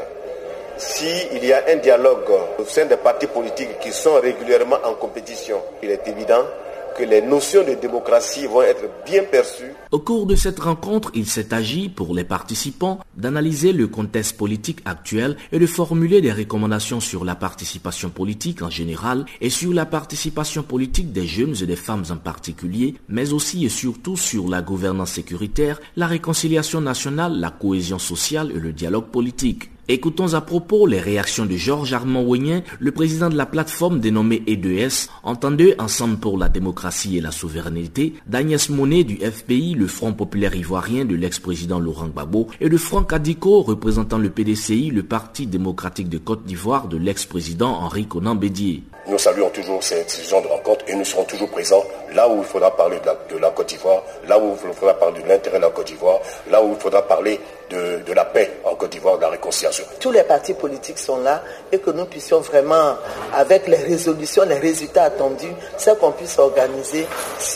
S'il y a un dialogue au sein des partis politiques qui sont régulièrement en compétition, il est évident que les notions de démocratie vont être bien perçues. Au cours de cette rencontre, il s'est agi pour les participants d'analyser le contexte politique actuel et de formuler des recommandations sur la participation politique en général et sur la participation politique des jeunes et des femmes en particulier, mais aussi et surtout sur la gouvernance sécuritaire, la réconciliation nationale, la cohésion sociale et le dialogue politique. Écoutons à propos les réactions de Georges Armand Ouenien, le président de la plateforme dénommée E2S, entendue Ensemble pour la démocratie et la souveraineté, d'Agnès Monet du FPI, le Front populaire ivoirien de l'ex-président Laurent Gbagbo, et de Franck Adiko, représentant le PDCI, le Parti démocratique de Côte d'Ivoire de l'ex-président Henri Konan Bédié. Nous saluons toujours cette genre de rencontre et nous serons toujours présents là où il faudra parler de la Côte d'Ivoire, là où il faudra parler de l'intérêt de la Côte d'Ivoire, là où il faudra parler de la paix en Côte d'Ivoire, de la réconciliation. Tous les partis politiques sont là et que nous puissions vraiment, avec les résolutions, les résultats attendus, c'est qu'on puisse organiser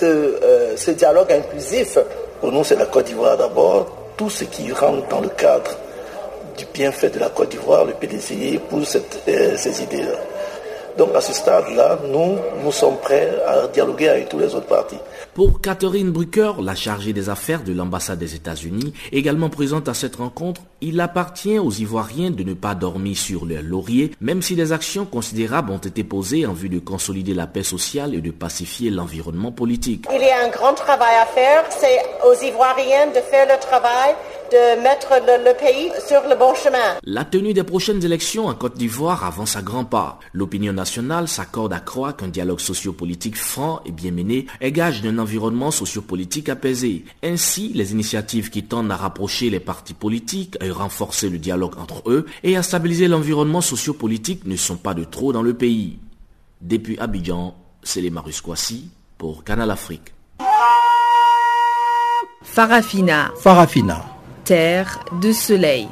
ce dialogue inclusif. Pour nous, c'est la Côte d'Ivoire d'abord. Tout ce qui rentre dans le cadre du bienfait de la Côte d'Ivoire, le PDCI pour ces idées-là. Donc à ce stade-là, nous sommes prêts à dialoguer avec tous les autres partis. Pour Catherine Brucker, la chargée des affaires de l'ambassade des États-Unis, également présente à cette rencontre, il appartient aux Ivoiriens de ne pas dormir sur leur laurier, même si des actions considérables ont été posées en vue de consolider la paix sociale et de pacifier l'environnement politique. Il y a un grand travail à faire. C'est aux Ivoiriens de faire le travail, de mettre le pays sur le bon chemin. La tenue des prochaines élections en Côte d'Ivoire avance à grands pas. L'opinion nationale s'accorde à croire qu'un dialogue sociopolitique franc et bien mené est gage d'un environnement sociopolitique apaisé. Ainsi, les initiatives qui tendent à rapprocher les partis politiques, à renforcer le dialogue entre eux et à stabiliser l'environnement sociopolitique ne sont pas de trop dans le pays. Depuis Abidjan, c'est Silémaris Kouassi pour Canal Afrique. Farafina. Terre de soleil.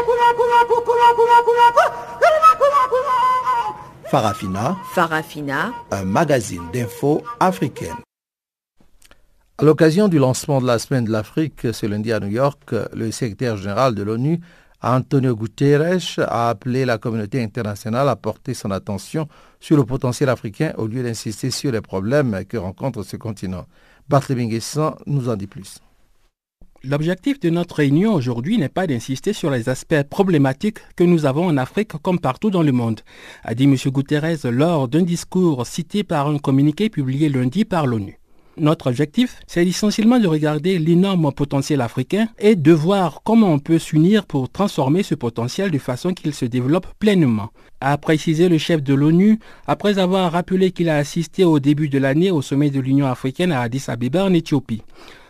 Farafina, un magazine d'infos africaine. À l'occasion du lancement de la Semaine de l'Afrique ce lundi à New York, le secrétaire général de l'ONU, Antonio Guterres, a appelé la communauté internationale à porter son attention sur le potentiel africain au lieu d'insister sur les problèmes que rencontre ce continent. Barthélémy Guessan nous en dit plus. L'objectif de notre réunion aujourd'hui n'est pas d'insister sur les aspects problématiques que nous avons en Afrique comme partout dans le monde, a dit M. Guterres lors d'un discours cité par un communiqué publié lundi par l'ONU. Notre objectif, c'est essentiellement de regarder l'énorme potentiel africain et de voir comment on peut s'unir pour transformer ce potentiel de façon qu'il se développe pleinement, a précisé le chef de l'ONU après avoir rappelé qu'il a assisté au début de l'année au sommet de l'Union africaine à Addis Abeba en Éthiopie.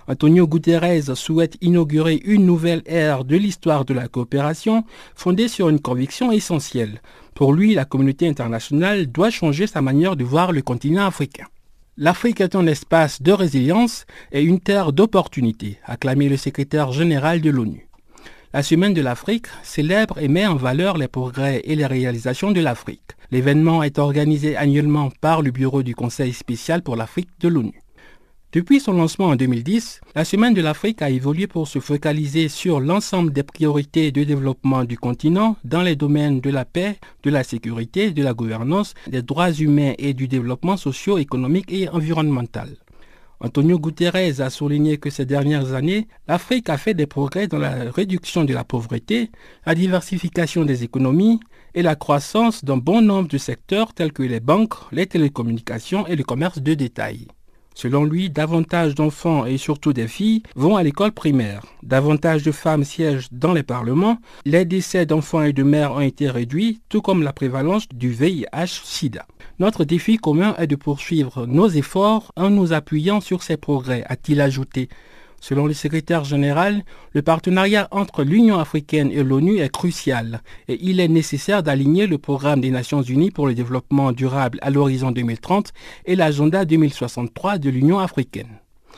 Antonio Guterres souhaite inaugurer une nouvelle ère de l'histoire de la coopération fondée sur une conviction essentielle. Pour lui, la communauté internationale doit changer sa manière de voir le continent africain. L'Afrique est un espace de résilience et une terre d'opportunités, a clamé le secrétaire général de l'ONU. La Semaine de l'Afrique célèbre et met en valeur les progrès et les réalisations de l'Afrique. L'événement est organisé annuellement par le Bureau du Conseil spécial pour l'Afrique de l'ONU. Depuis son lancement en 2010, la Semaine de l'Afrique a évolué pour se focaliser sur l'ensemble des priorités de développement du continent dans les domaines de la paix, de la sécurité, de la gouvernance, des droits humains et du développement socio-économique et environnemental. Antonio Guterres a souligné que ces dernières années, l'Afrique a fait des progrès dans la réduction de la pauvreté, la diversification des économies et la croissance d'un bon nombre de secteurs tels que les banques, les télécommunications et le commerce de détail. Selon lui, davantage d'enfants et surtout des filles vont à l'école primaire. Davantage de femmes siègent dans les parlements. Les décès d'enfants et de mères ont été réduits, tout comme la prévalence du VIH-Sida. Notre défi commun est de poursuivre nos efforts en nous appuyant sur ces progrès, a-t-il ajouté. Selon le secrétaire général, le partenariat entre l'Union africaine et l'ONU est crucial et il est nécessaire d'aligner le programme des Nations unies pour le développement durable à l'horizon 2030 et l'agenda 2063 de l'Union africaine.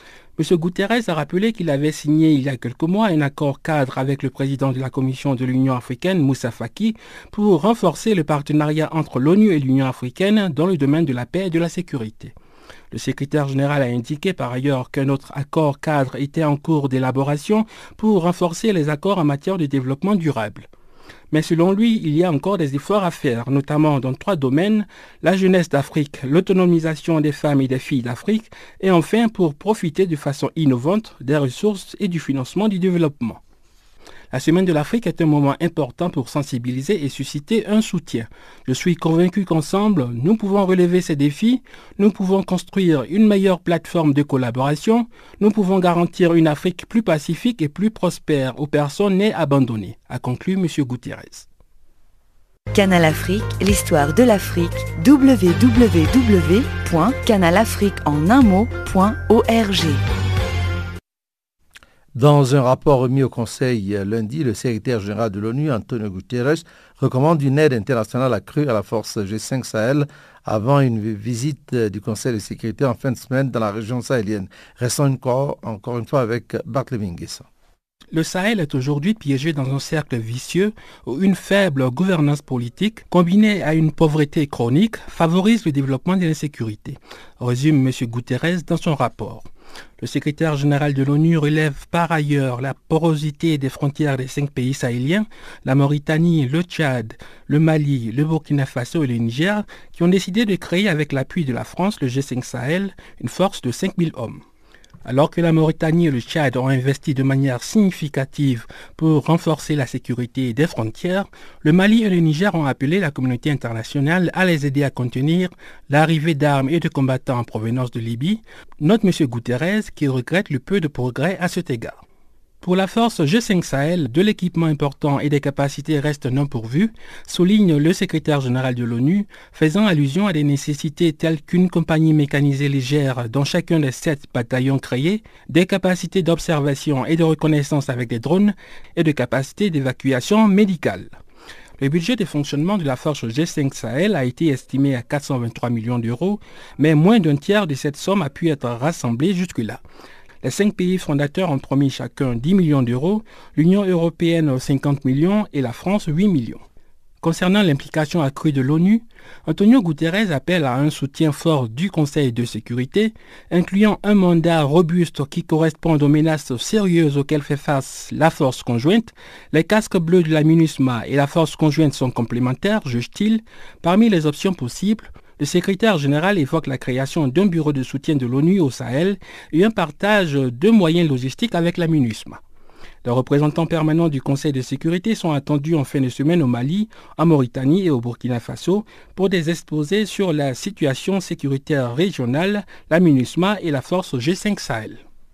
M. Guterres a rappelé qu'il avait signé il y a quelques mois un accord cadre avec le président de la Commission de l'Union africaine, Moussa Faki, pour renforcer le partenariat entre l'ONU et l'Union africaine dans le domaine de la paix et de la sécurité. Le secrétaire général a indiqué par ailleurs qu'un autre accord cadre était en cours d'élaboration pour renforcer les accords en matière de développement durable. Mais selon lui, il y a encore des efforts à faire, notamment dans 3 domaines, la jeunesse d'Afrique, l'autonomisation des femmes et des filles d'Afrique, et enfin pour profiter de façon innovante des ressources et du financement du développement. La Semaine de l'Afrique est un moment important pour sensibiliser et susciter un soutien. Je suis convaincu qu'ensemble, nous pouvons relever ces défis, nous pouvons construire une meilleure plateforme de collaboration, nous pouvons garantir une Afrique plus pacifique et plus prospère où personne n'est abandonné, a conclu M. Guterres. Canal Afrique, l'histoire de l'Afrique, www.canalafriqueenunmot.org. Dans un rapport remis au Conseil lundi, le secrétaire général de l'ONU, Antonio Guterres, recommande une aide internationale accrue à la force G5 Sahel avant une visite du Conseil de sécurité en fin de semaine dans la région sahélienne. Restons encore une fois avec Barthélémy Nguessa. Le Sahel est aujourd'hui piégé dans un cercle vicieux où une faible gouvernance politique, combinée à une pauvreté chronique, favorise le développement de l'insécurité, résume M. Guterres dans son rapport. Le secrétaire général de l'ONU relève par ailleurs la porosité des frontières des 5 pays sahéliens, la Mauritanie, le Tchad, le Mali, le Burkina Faso et le Niger, qui ont décidé de créer avec l'appui de la France, le G5 Sahel, une force de 5000 hommes. Alors que la Mauritanie et le Tchad ont investi de manière significative pour renforcer la sécurité des frontières, le Mali et le Niger ont appelé la communauté internationale à les aider à contenir l'arrivée d'armes et de combattants en provenance de Libye, note M. Guterres qui regrette le peu de progrès à cet égard. Pour la force G5 Sahel, de l'équipement important et des capacités restent non pourvus, souligne le secrétaire général de l'ONU, faisant allusion à des nécessités telles qu'une compagnie mécanisée légère dans chacun des 7 bataillons créés, des capacités d'observation et de reconnaissance avec des drones et de capacités d'évacuation médicale. Le budget de fonctionnement de la force G5 Sahel a été estimé à 423 millions d'euros, mais moins d'un tiers de cette somme a pu être rassemblée jusque-là. Les 5 pays fondateurs ont promis chacun 10 millions d'euros, l'Union européenne 50 millions et la France 8 millions. Concernant l'implication accrue de l'ONU, Antonio Guterres appelle à un soutien fort du Conseil de sécurité, incluant un mandat robuste qui corresponde aux menaces sérieuses auxquelles fait face la force conjointe. Les casques bleus de la MINUSMA et la force conjointe sont complémentaires, juge-t-il. Parmi les options possibles, le secrétaire général évoque la création d'un bureau de soutien de l'ONU au Sahel et un partage de moyens logistiques avec la MINUSMA. Les représentants permanents du Conseil de sécurité sont attendus en fin de semaine au Mali, en Mauritanie et au Burkina Faso pour des exposés sur la situation sécuritaire régionale, la MINUSMA et la force G5 Sahel.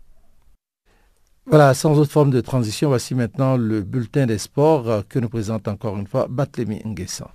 Voilà, sans autre forme de transition, voici maintenant le bulletin des sports que nous présente encore une fois Barthélémy Nguessa.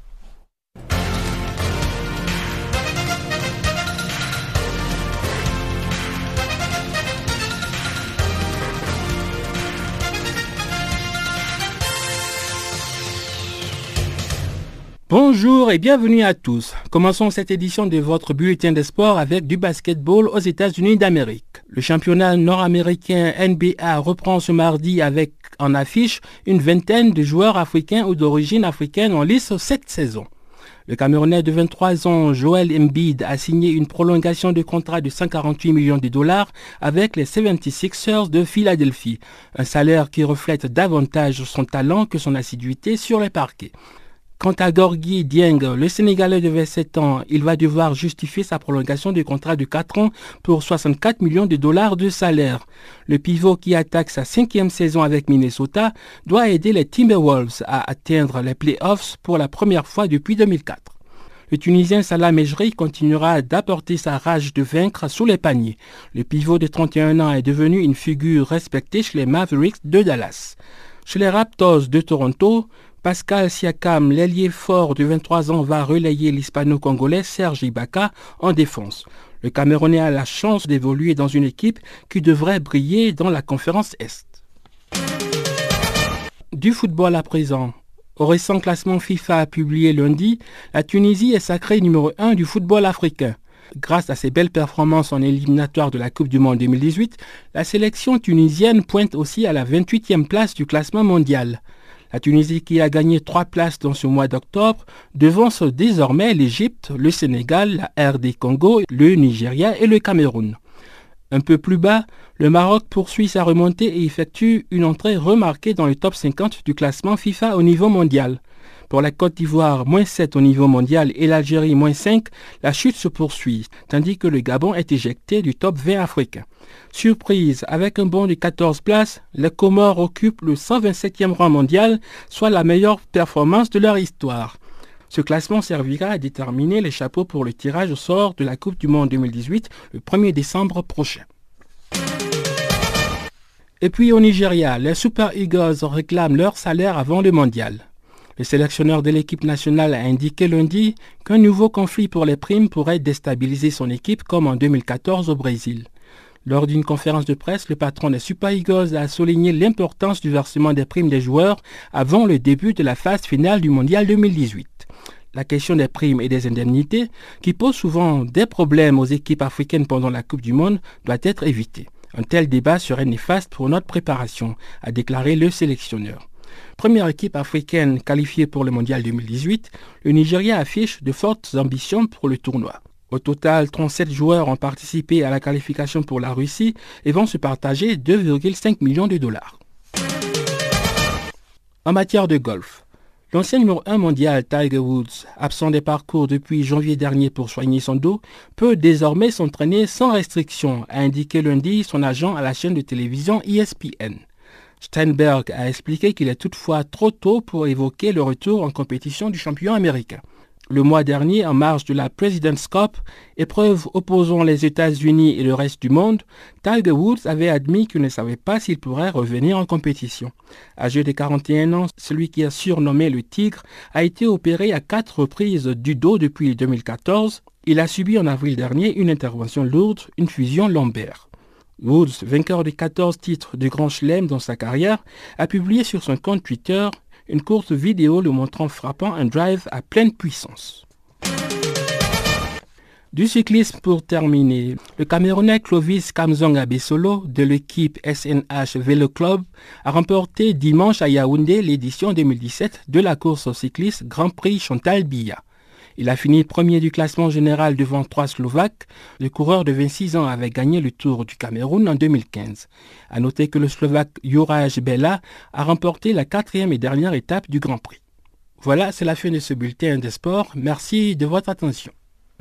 Bonjour et bienvenue à tous. Commençons cette édition de votre bulletin des sports avec du basketball aux États-Unis d'Amérique. Le championnat nord-américain NBA reprend ce mardi avec en affiche une vingtaine de joueurs africains ou d'origine africaine en lice cette saison. Le Camerounais de 23 ans, Joel Embiid, a signé une prolongation de contrat de 148 millions de dollars avec les 76ers de Philadelphie, un salaire qui reflète davantage son talent que son assiduité sur les parquets. Quant à Gorgui Dieng, le Sénégalais de 27 ans, il va devoir justifier sa prolongation de contrat de 4 ans pour 64 millions de dollars de salaire. Le pivot qui attaque sa 5e saison avec Minnesota doit aider les Timberwolves à atteindre les playoffs pour la première fois depuis 2004. Le Tunisien Salah Mejri continuera d'apporter sa rage de vaincre sous les paniers. Le pivot de 31 ans est devenu une figure respectée chez les Mavericks de Dallas. Chez les Raptors de Toronto, Pascal Siakam, l'ailier fort de 23 ans, va relayer l'hispano-congolais Serge Ibaka en défense. Le Camerounais a la chance d'évoluer dans une équipe qui devrait briller dans la conférence Est. Du football à présent. Au récent classement FIFA publié lundi, la Tunisie est sacrée numéro 1 du football africain. Grâce à ses belles performances en éliminatoire de la Coupe du Monde 2018, la sélection tunisienne pointe aussi à la 28e place du classement mondial. La Tunisie, qui a gagné 3 places dans ce mois d'octobre, devance désormais l'Égypte, le Sénégal, la RD Congo, le Nigeria et le Cameroun. Un peu plus bas, le Maroc poursuit sa remontée et effectue une entrée remarquée dans le top 50 du classement FIFA au niveau mondial. Pour la Côte d'Ivoire, -7 au niveau mondial et l'Algérie, -5, la chute se poursuit, tandis que le Gabon est éjecté du top 20 africain. Surprise, avec un bond de 14 places, les Comores occupent le 127e rang mondial, soit la meilleure performance de leur histoire. Ce classement servira à déterminer les chapeaux pour le tirage au sort de la Coupe du Monde 2018 le 1er décembre prochain. Et puis au Nigeria, les Super Eagles réclament leur salaire avant le mondial. Le sélectionneur de l'équipe nationale a indiqué lundi qu'un nouveau conflit pour les primes pourrait déstabiliser son équipe comme en 2014 au Brésil. Lors d'une conférence de presse, le patron des Super Eagles a souligné l'importance du versement des primes des joueurs avant le début de la phase finale du Mondial 2018. La question des primes et des indemnités, qui pose souvent des problèmes aux équipes africaines pendant la Coupe du Monde, doit être évitée. Un tel débat serait néfaste pour notre préparation, a déclaré le sélectionneur. Première équipe africaine qualifiée pour le Mondial 2018, le Nigeria affiche de fortes ambitions pour le tournoi. Au total, 37 joueurs ont participé à la qualification pour la Russie et vont se partager 2,5 millions de dollars. En matière de golf, l'ancien numéro 1 mondial Tiger Woods, absent des parcours depuis janvier dernier pour soigner son dos, peut désormais s'entraîner sans restriction, a indiqué lundi son agent à la chaîne de télévision ESPN. Steinberg a expliqué qu'il est toutefois trop tôt pour évoquer le retour en compétition du champion américain. Le mois dernier, en marge de la President's Cup, épreuve opposant les États-Unis et le reste du monde, Tiger Woods avait admis qu'il ne savait pas s'il pourrait revenir en compétition. Âgé de 41 ans, celui qui a surnommé le Tigre a été opéré à 4 reprises du dos depuis 2014. Il a subi en avril dernier une intervention lourde, une fusion lombaire. Woods, vainqueur de 14 titres de Grand Chelem dans sa carrière, a publié sur son compte Twitter une courte vidéo le montrant frappant un drive à pleine puissance. Du cyclisme pour terminer, le Camerounais Clovis Kamzong Abesolo de l'équipe SNH Vélo Club a remporté dimanche à Yaoundé l'édition 2017 de la course cycliste Grand Prix Chantal Biya. Il a fini premier du classement général devant 3 Slovaques. Le coureur de 26 ans avait gagné le Tour du Cameroun en 2015. A noter que le Slovaque Juraj Bela a remporté la 4e et dernière étape du Grand Prix. Voilà, c'est la fin de ce bulletin des sports. Merci de votre attention.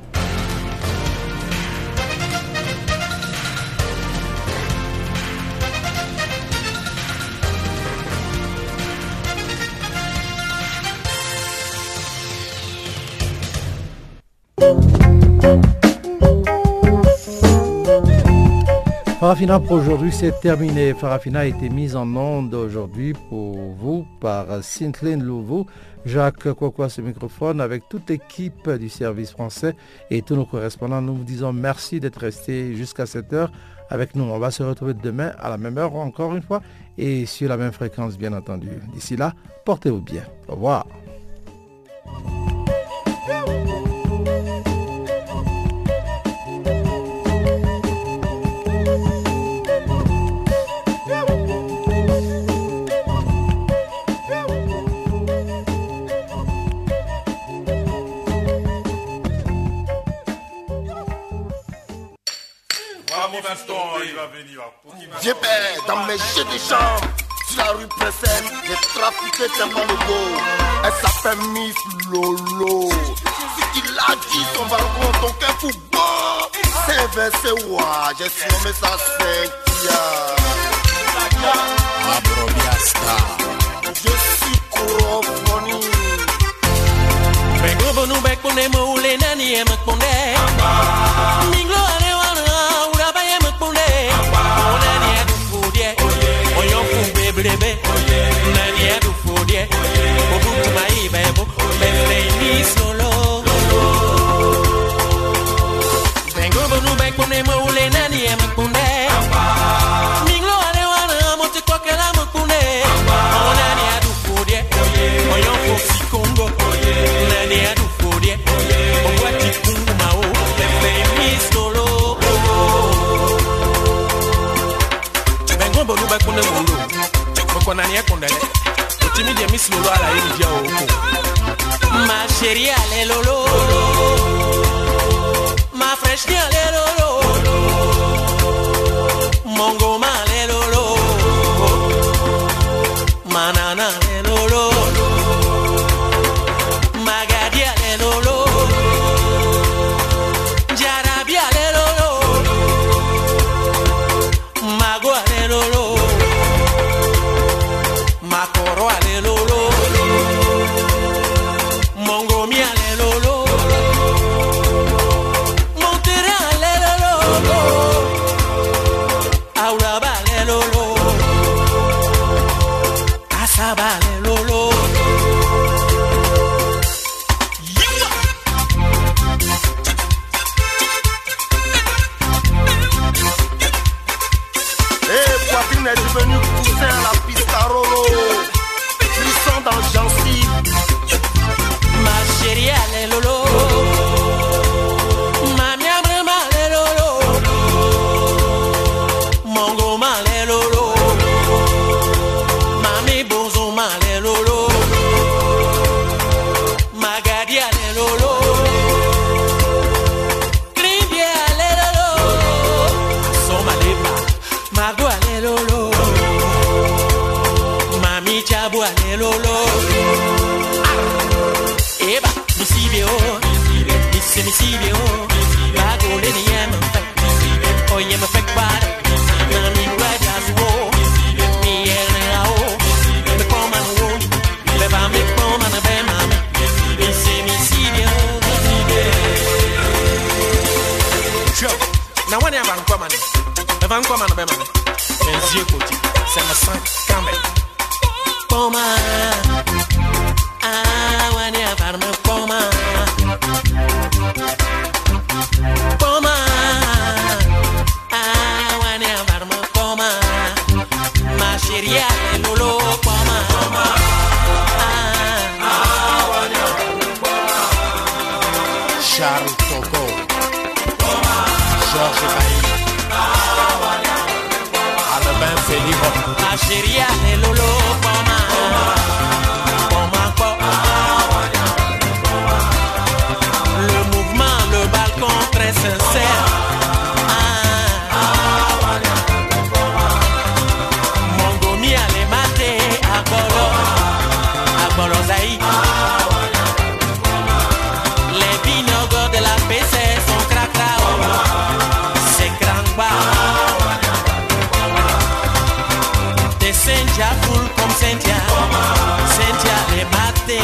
Farafina pour aujourd'hui, c'est terminé. Farafina a été mise en onde aujourd'hui pour vous par Cynthline Louveau, Jacques Kwakwa ce microphone avec toute l'équipe du service français et tous nos correspondants. Nous vous disons merci d'être restés jusqu'à cette heure avec nous. On va se retrouver demain à la même heure encore une fois et sur la même fréquence bien entendu. D'ici là, portez-vous bien. Au revoir. Viens père, dans mes jeux de jambes, sur la rue Princesse, j'ai trafiqué tellement de go. Elle s'appelle Miss Lolo. Si tu l'as dit, son balcon, ton cœur fou bon. C'est inversé, ouah, j'ai surnommé ça Cynthia. Je suis Corofoni. Bengo bonu bek pone moule nani emek pone. Minglo ane wana ura ba emek pone. Nani edu fudie, oyo fube blebe. Nani edu fudie, obu tumai bebo, bebe ni solo. Bengo bonu bek pone moule nani emek pone. Minglo ane wana mote kwa kela emek pone. Nani edu fudie, oyo fusi Congo. Nani edu fudie, obu ati kungu mao, bebe ni solo. Bengo bonu bek pone moule. Nani ekondele, otimi de Miss Lolo ala yini dia oko. Ma chérie ale lolo, ma fraîche dia ale lolo, mongo ma ale lolo, manana ale lolo, magadi ale lolo, jarabi ale lolo, mago ale lolo. Makoro ale lolo, mongomi ale lolo, montere ale lolo, auraba ale lolo, asaba ale lolo. Et Poitrine est devenu cousin à la Pistarolo. Frisson dans le gencive. Ma chérie ale lolo, ma miabre ma ale lolo, mongo ma ale lolo, mami bozo ma ale lolo, magadi ale lolo, kribie ale lolo, soma leba, mago ale lolo, mami chabu ale lolo. Eba, misibio, misibio, bagole ni yem fek, oye me fek bad, nami rajas wo, mi ene ao, me koma no wo, me va me koma na be mami, misibio. Joe, na wani avan koma ni, me van koma na be mami, benzie koti, c'est me sang kambe, koma. Wani avarme poma, poma. Wani avarme poma, ma chérie ale lolo poma. Wani avarme poma. Charles Togo, Georges Bailly, Albin Félix, ma chérie ale lolo poma. Le mouvement, le balcon très sincère. Mongomi allait mater à Bolo Zaï. Les binogos de la PC sont cracrao. C'est crangba. Des Cynthia full comme Cynthia. Cynthia les mater.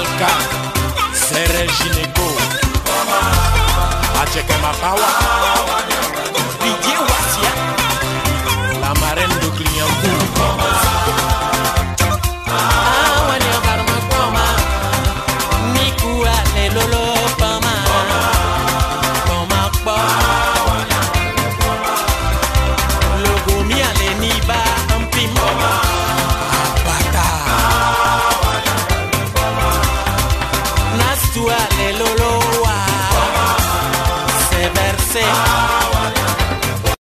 Gineco, Acheke Mapawa.